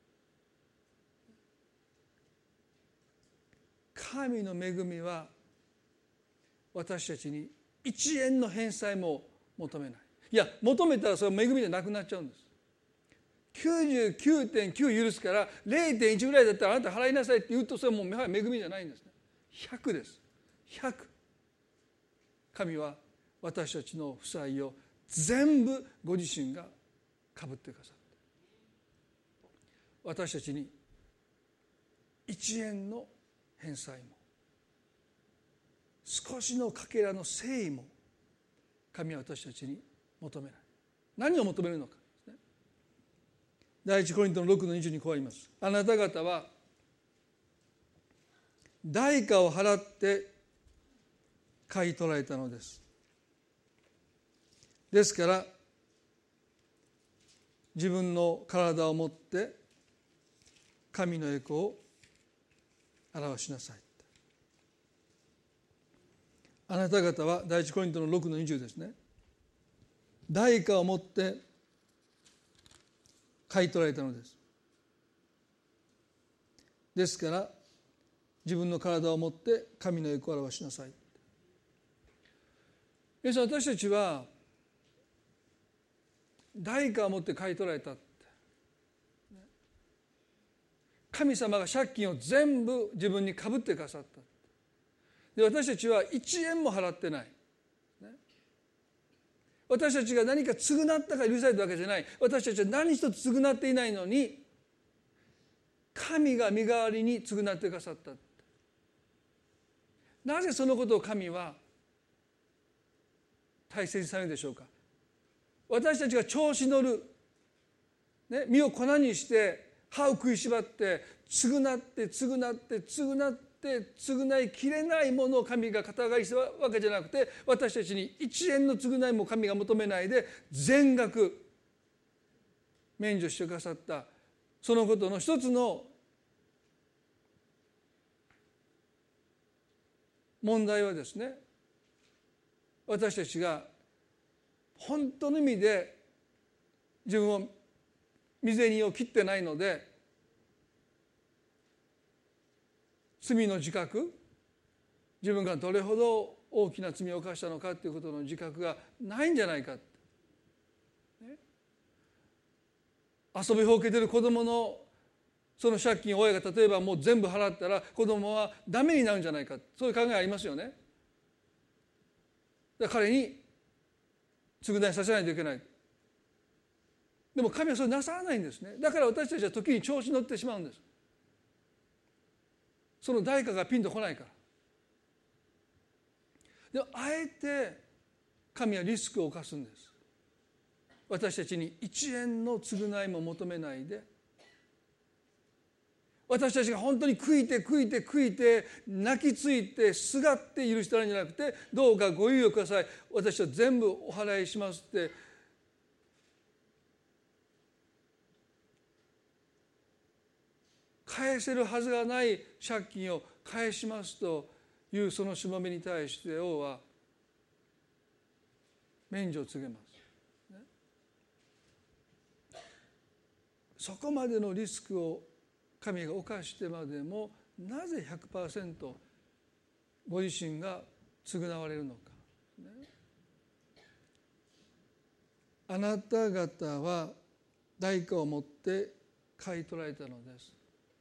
こと。神の恵みは私たちに一円の返済も求めない。いや求めたらそれは恵みじゃなくなっちゃうんです。きゅうじゅうきゅうてんきゅう 許すから れいてんいち ぐらいだったらあなた払いなさいって言うとそれはもう恵みじゃないんですね。ひゃくです。ひゃく。神は私たちの負債を全部ご自身がかぶってくださって、私たちにいちえんの返済も少しのかけらの誠意も神は私たちに求めない。何を求めるのかですね。第一コリントのろくのにじゅうにこうあります。あなた方は代価を払って買い取られたのです。ですから自分の体をもって神の栄光を表しなさい。あなた方は第一コリントのろくのにじゅうですね、代価をもって買い取られたのです。ですから自分の体をもって神の栄光を表しなさい。皆さん私たちは代価をもって買い取られたって、神様が借金を全部自分にかぶってくださった。で私たちはいちえんも払ってない、ね、私たちが何か償ったから許されたわけじゃない。私たちは何一つ償っていないのに神が身代わりに償ってくださった。なぜそのことを神は大切にされるでしょうか。私たちが調子乗る、ね、身を粉にして歯を食いしばって償って償って償って償いきれないものを神が肩代わりしたわけじゃなくて、私たちに一円の償いも神が求めないで全額免除してくださった、そのことの一つの問題はですね、私たちが本当の意味で自分を身銭を切ってないので、罪の自覚、自分がどれほど大きな罪を犯したのかということの自覚がないんじゃないか、ね、遊びほうけてる子供のその借金を親が例えばもう全部払ったら子供はダメになるんじゃないか、そういう考えありますよね。だから彼に償いさせないといけない。でも神はそれなさらないんですね。だから私たちは時に調子に乗ってしまうんです。その代価がピンとこないから。でもあえて神はリスクを冒すんです。私たちに一円の償いも求めないで、私たちが本当に悔いて悔いて悔いて泣きついてすがって許してないんじゃなくて、どうかご猶予ください、私は全部お払いしますって返せるはずがない借金を返しますというそのしもべに対して王は免除を告げます、ね、そこまでのリスクを神が犯してまでもなぜ ひゃくパーセント ご自身が償われるのか、ね、あなた方は代価を持って買い取られたのです。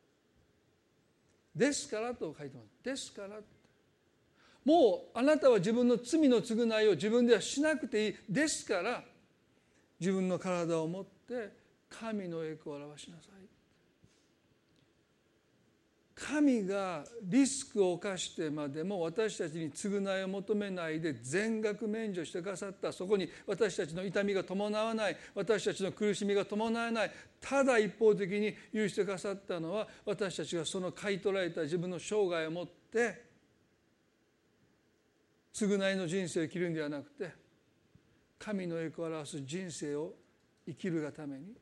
ですからと書いてます。ですから、もうあなたは自分の罪の償いを自分ではしなくていい。ですから自分の体を持って神の栄光を表しなさい。神がリスクを冒してまでも私たちに償いを求めないで全額免除してくださった。そこに私たちの痛みが伴わない、私たちの苦しみが伴わない、ただ一方的に許してくださったのは、私たちがその買い取られた自分の生涯をもって償いの人生を生きるんではなくて、神の栄光を表す人生を生きるがために、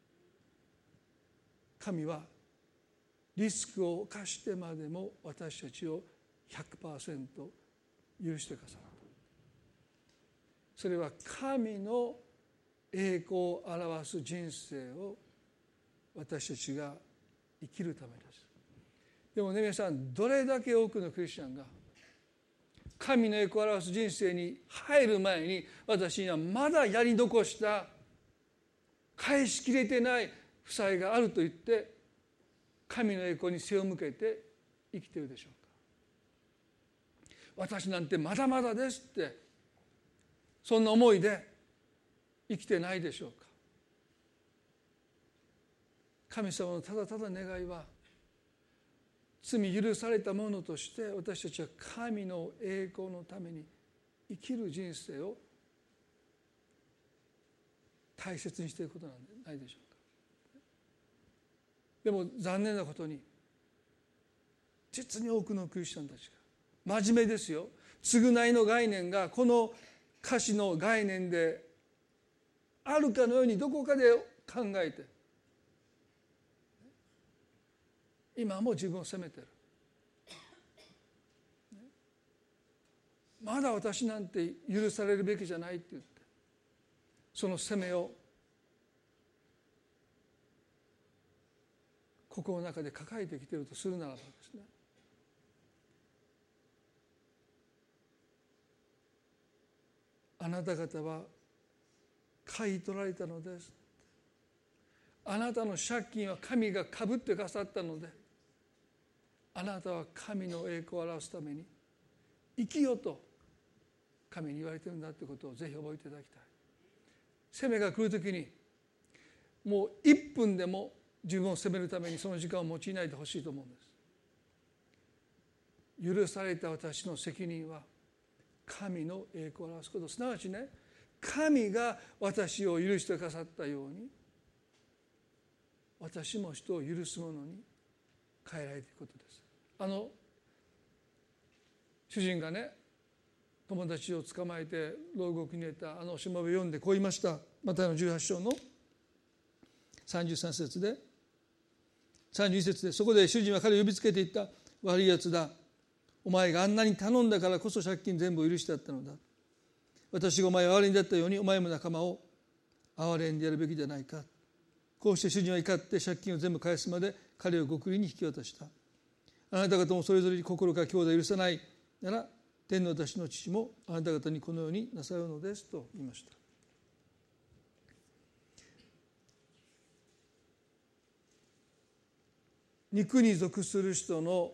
神はリスクを冒してまでも私たちを ひゃくパーセント 許してくださる。それは神の栄光を表す人生を私たちが生きるためです。でもね、皆さん、どれだけ多くのクリスチャンが神の栄光を表す人生に入る前に、私にはまだやり残した返しきれてない負債があると言って神の栄光に背を向けて生きているでしょうか。私なんてまだまだですって、そんな思いで生きてないでしょうか。神様のただただ願いは、罪許されたものとして私たちは神の栄光のために生きる人生を大切にしていくことなんじゃないでしょうか。でも残念なことに、実に多くのクリスチャンたちが真面目ですよ。償いの概念がこの歌詞の概念であるかのようにどこかで考えて、今も自分を責めてる。まだ私なんて許されるべきじゃないって言って、その責めを心の中で抱えてきているとするならばですね、あなた方は買い取られたのです。あなたの借金は神がかぶってくださったので、あなたは神の栄光を表すために生きよと神に言われているんだということをぜひ覚えていただきたい。責めが来るときにもういっぷんでも自分を責めるためにその時間を用いないでほしいと思うんです。許された私の責任は神の栄光を表すこと、すなわちね、神が私を許してくださったように、私も人を許す者に変えられていくことです。あの主人がね、友達を捕まえて牢獄に入れたあのしもべを読んでこう言いました。マタイのじゅうはち章のさんじゅうさん節で、さんじゅうに節で、そこで主人は彼を呼びつけていった。悪いやつだ、お前があんなに頼んだからこそ借金全部許してやったのだ。私がお前を憐れんでやったように、お前も仲間を憐れんでやるべきじゃないか。こうして主人は怒って借金を全部返すまで彼を極利に引き渡した。あなた方もそれぞれに心から兄弟を許さないなら、天の私の父もあなた方にこのようになさるのですと言いました。肉に属する人の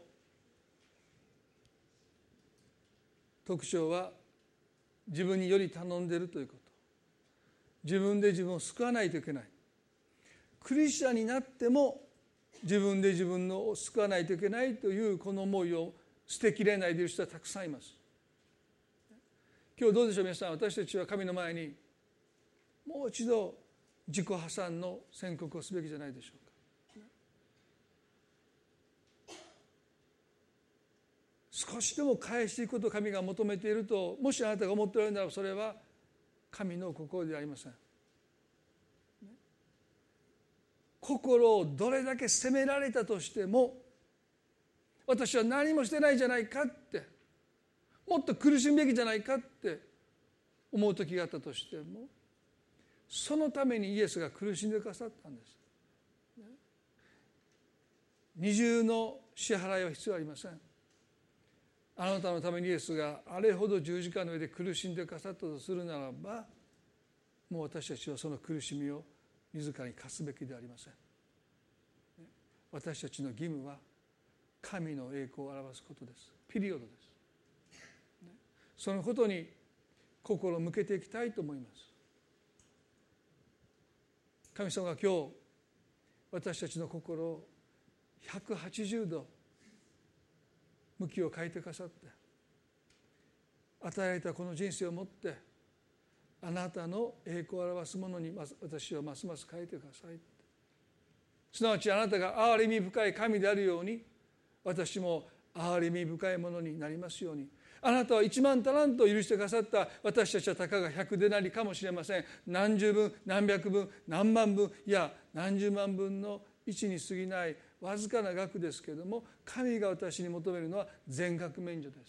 特徴は、自分により頼んでいるということ。自分で自分を救わないといけない。クリスチャンになっても自分で自分を救わないといけないというこの思いを捨てきれないでいる人はたくさんいます。今日どうでしょう皆さん、私たちは神の前にもう一度自己破産の宣告をすべきじゃないでしょうか。少しでも返していくことを神が求めていると、もしあなたが思っておられるなら、それは神の心ではありません。心をどれだけ責められたとしても、私は何もしてないじゃないかって、もっと苦しむべきじゃないかって思う時があったとしても、そのためにイエスが苦しんでくださったんです。二重の支払いは必要ありません。あなたのためにイエスがあれほど十字架の上で苦しんでくださったとするならば、もう私たちはその苦しみを自らに課すべきではありません。私たちの義務は神の栄光を表すことです。ピリオドです。そのことに心を向けていきたいと思います。神様が今日私たちの心をひゃくはちじゅうど向きを変えてくださって、与えられたこの人生をもってあなたの栄光を表すものに私をますます変えてください。すなわちあなたが憐れみ深い神であるように、私も憐れみ深いものになりますように。あなたは一万タラントを許してくださった。私たちはたかが百でなりかもしれません。何十分何百分何万分、いや何十万分の一に過ぎないわずかな額ですけれども、神が私に求めるのは全額免除です。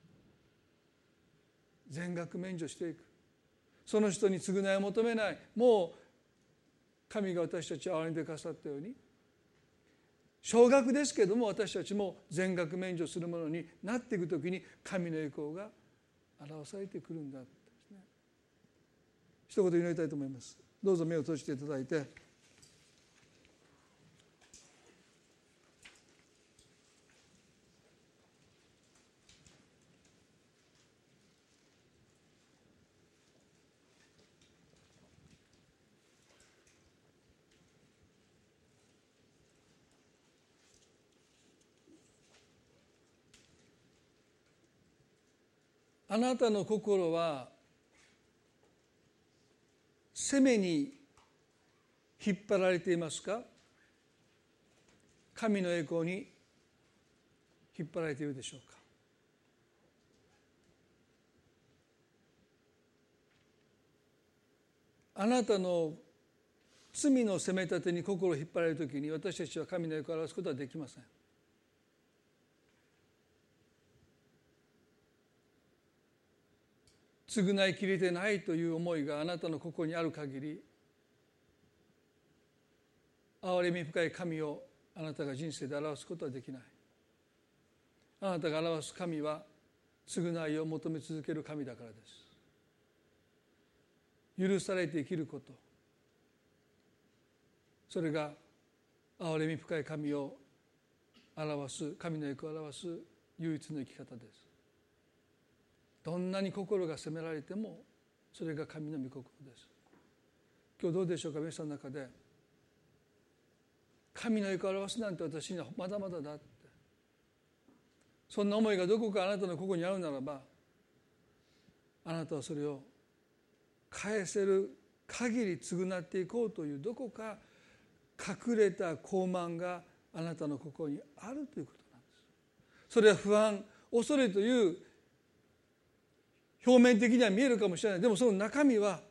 全額免除していく。その人に償いを求めない。もう神が私たちを憐れんでくださったように、少額ですけれども私たちも全額免除するものになっていくときに、神の栄光が表されてくるんだですね。一言祈りたいと思います。どうぞ目を閉じていただいて、あなたの心は責めに引っ張られていますか、神の栄光に引っ張られているでしょうか。あなたの罪の責め立てに心を引っ張られるときに、私たちは神の栄光を表すことはできません。償いきれてないという思いがあなたの心にある限り、憐れみ深い神をあなたが人生で表すことはできない。あなたが表す神は償いを求め続ける神だからです。許されて生きること、それが憐れみ深い神を表す、神の栄光を表す唯一の生き方です。どんなに心が責められてもそれが神の御心です。今日どうでしょうか。皆さんの中で神の栄光を表すなんて私にはまだまだだって、そんな思いがどこかあなたの心にあるならば、 あなたはそれを返せる限り償っていこうというどこか隠れた傲慢があなたの心にあるということなんです。それは不安、恐れという表面的には見えるかもしれない。でもその中身は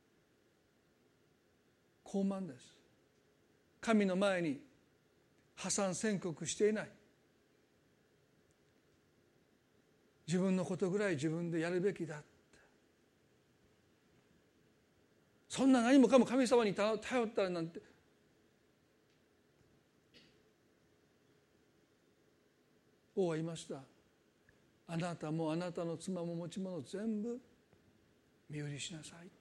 傲慢です。神の前に破産宣告していない。自分のことぐらい自分でやるべきだ。そんな何もかも神様に頼ったらなんて、王は言いました。あなたもあなたの妻も持ち物全部身売りしなさい。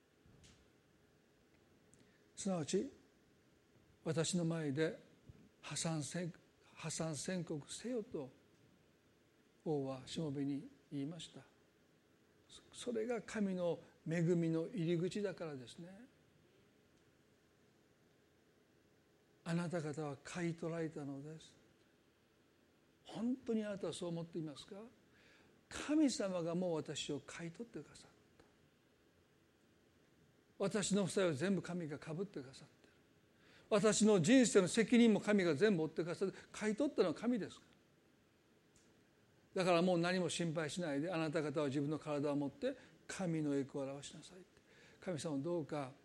すなわち私の前で破産宣破産宣告せよと王はしもべに言いました。それが神の恵みの入り口だからですね。あなた方は買い取られたのです。本当にあなたはそう思っていますか？神様がもう私を買い取ってくださった。私の負債を全部神がかぶってくださっている。私の人生の責任も神が全部負ってくださって、買い取ったのは神ですから。だからもう何も心配しないで、あなた方は自分の体を持って神の栄光を表しなさい。神様どうか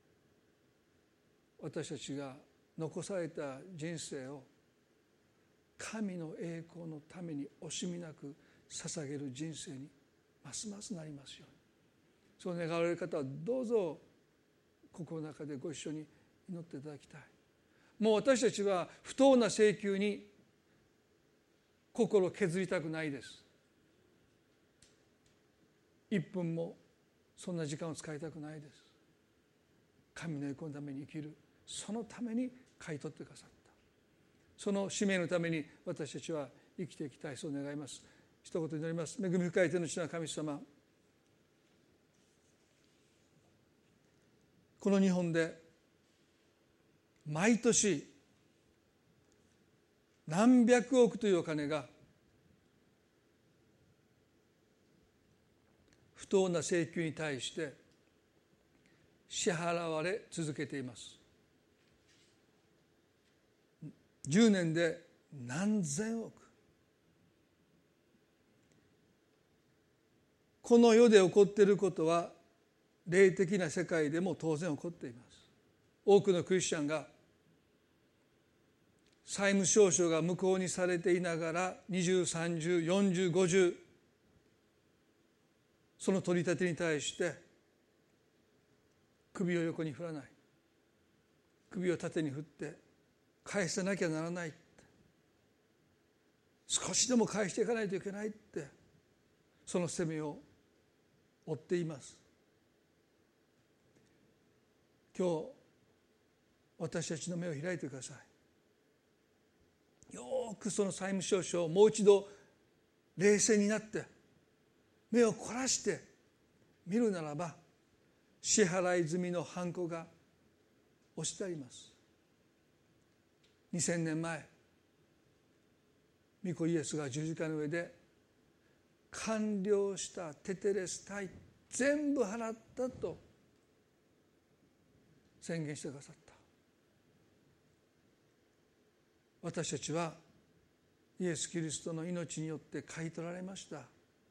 私たちが残された人生を神の栄光のために惜しみなく捧げる人生にますますなりますように。そう願われる方はどうぞ心の中でご一緒に祈っていただきたい。もう私たちは不当な請求に心を削りたくないです。一分もそんな時間を使いたくないです。神の栄光のために生きる、そのために買い取ってくださった。その使命のために私たちは生きていきたい、そう願います。一言祈ります。恵み深い天の地の神様、この日本で毎年何百億というお金が不当な請求に対して支払われ続けています。じゅうねんで何千億。この世で起こっていることは霊的な世界でも当然起こっています。多くのクリスチャンが債務証書が無効にされていながらにじゅう、さんじゅう、よんじゅう、ごじゅうその取り立てに対して首を横に振らない、首を縦に振って返さなきゃならない、少しでも返していかないといけないって、その責めを負っています。今日私たちの目を開いてください。よくその債務証書をもう一度冷静になって目を凝らして見るならば、支払い済みのハンコが押してあります。にせんねんまえ、御子イエスが十字架の上で完了したテテレスタイ、全部払ったと宣言してくださった。私たちはイエス・キリストの命によって買い取られました。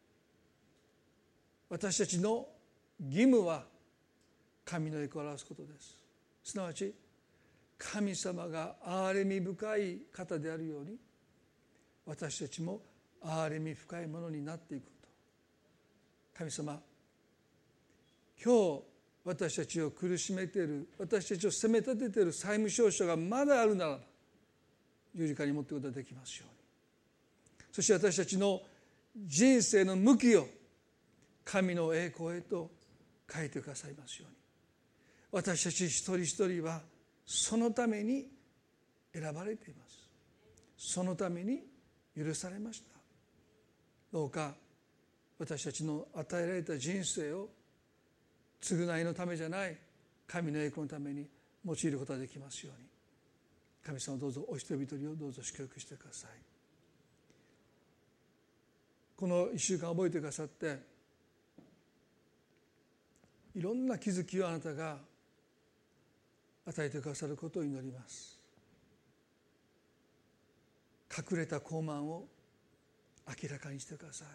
私たちの義務は神の栄光を表すことです。すなわち神様が憐れみ深い方であるように、私たちも憐れみ深いものになっていくこと。神様、今日私たちを苦しめている、私たちを責め立てている債務証書がまだあるならば、十字架に持っていくことができますように。そして私たちの人生の向きを神の栄光へと変えてくださいますように。私たち一人一人はそのために選ばれています。そのために許されました。どうか私たちの与えられた人生を償いのためじゃない神の栄光のために用いることができますように。神様、どうぞお一人一人をどうぞ祝福してください。この一週間覚えてくださって、 いろんな気づきをあなたが与えてくださることを祈ります。隠れた傲慢を明らかにしてください。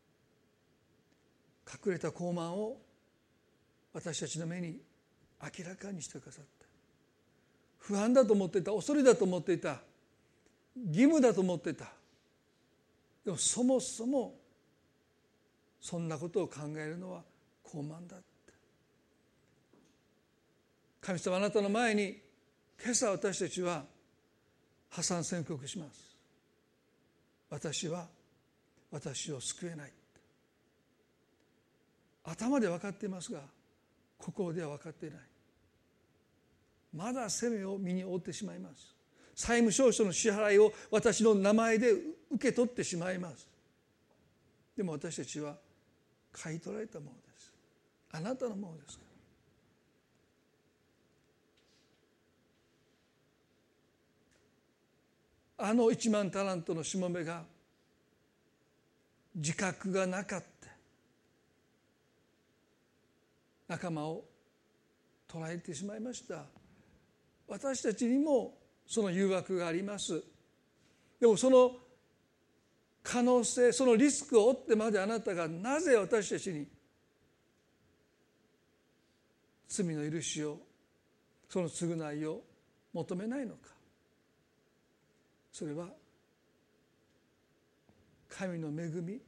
隠れた傲慢を私たちの目に明らかにしてくださった。不安だと思っていた、恐れだと思っていた、義務だと思っていた。でもそもそもそんなことを考えるのは傲慢だ。神様、あなたの前に今朝私たちは破産宣告します。私は私を救えない。頭で分かっていますが心では分かっていない。まだ責めを身に負ってしまいます。債務証書の支払いを私の名前で受け取ってしまいます。でも私たちは買い取られたものです。あなたのものですから。あの一万タラントのしもべが自覚がなかった仲間を捕らえてしまいました。私たちにもその誘惑があります。でもその可能性、そのリスクを負ってまであなたがなぜ私たちに罪の許しを、その償いを求めないのか。それは神の恵み、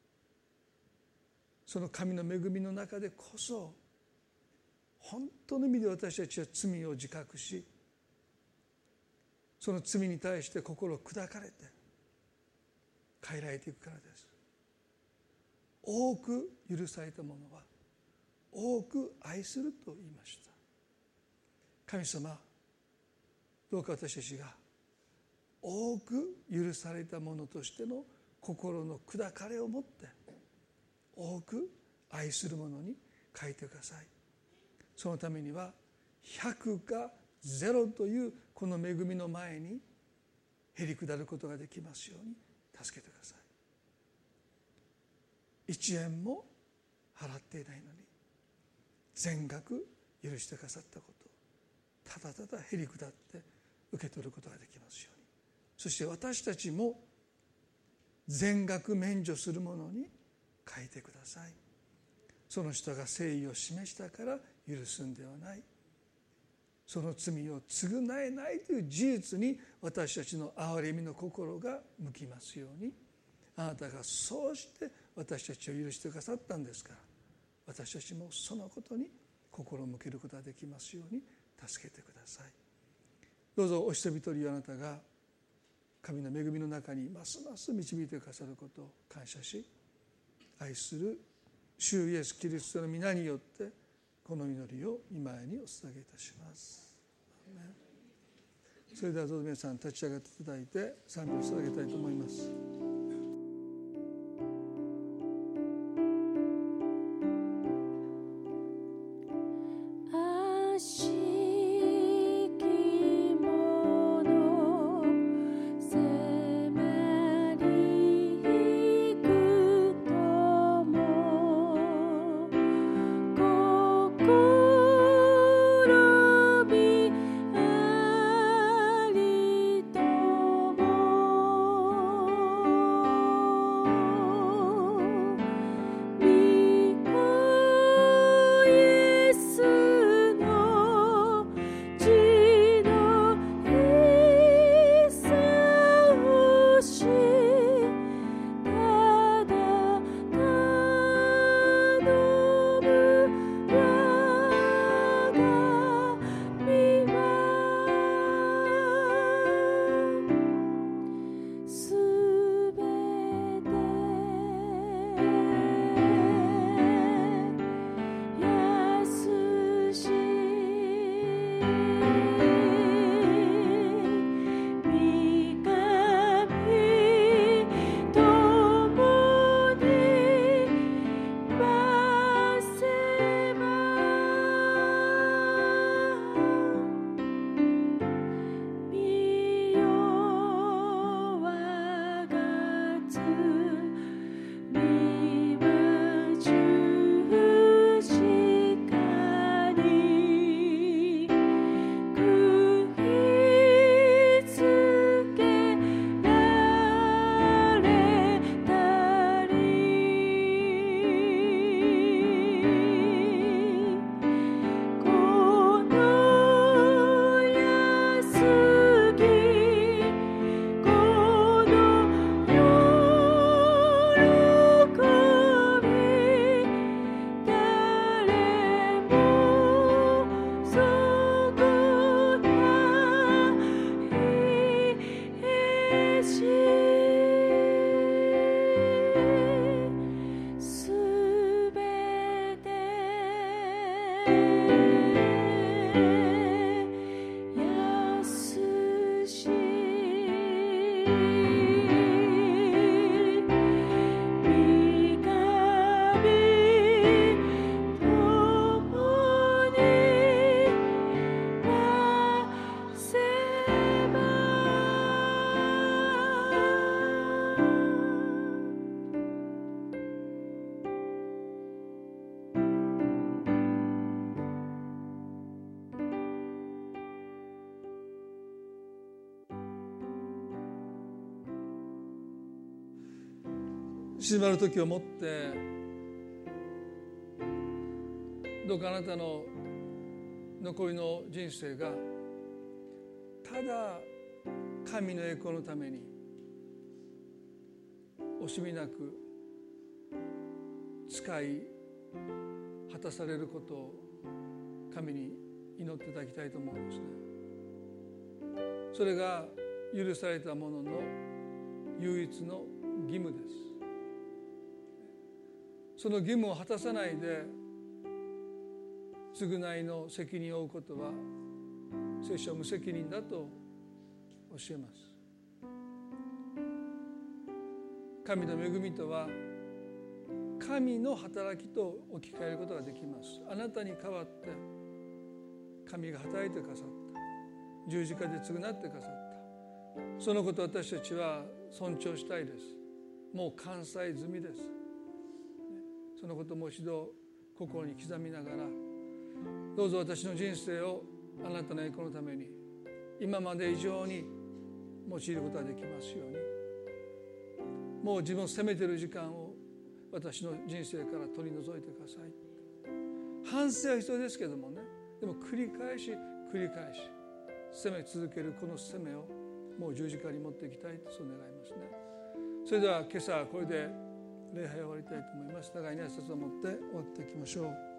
その神の恵みの中でこそ本当の意味で私たちは罪を自覚し、その罪に対して心を砕かれて変えられていくからです。多く許された者は多く愛すると言いました。神様、どうか私たちが多く許された者としての心の砕かれを持って多く愛する者に変えてください。そのためにはひゃくかゼロというこの恵みの前にへり下ることができますように助けてください。いちえんも払っていないのに全額許してくださったことをただただへり下って受け取ることができますように。そして私たちも全額免除するものに変えてください。その人が誠意を示したから許すんではない、その罪を償えないという事実に私たちの憐れみの心が向きますように。あなたがそうして私たちを許してくださったんですから、私たちもそのことに心を向けることができますように助けてください。どうぞお一人一人あなたが神の恵みの中にますます導いてくださることを感謝し、愛する主イエスキリストの皆によってこの祈りを御前にお捧げいたします。それではどうぞ皆さん立ち上がっていただいて賛美を捧げたいと思います。 心静まる時をもってどうかあなたの残りの人生がただ神の栄光のために惜しみなく使い果たされることを神に祈っていただきたいと思うんですね。それが許された者の唯一の義務です。その義務を果たさないで償いの責任を負うことは聖書は無責任だと教えます。神の恵みとは神の働きと置き換えることができます。あなたに代わって神が働いてくださった、十字架で償ってくださった、そのことを私たちは尊重したいです。もう完済済みです。そのことをもう一度心に刻みながら、どうぞ私の人生をあなたの栄光のために今まで以上に用いることができますように。もう自分を責めている時間を私の人生から取り除いてください。反省は必要ですけどもね、でも繰り返し繰り返し責め続けるこの責めをもう十字架に持っていきたいとそう願いますね。それでは今朝これで礼拝を終わりたいと思います。互いに挨拶を持って終わっていきましょう。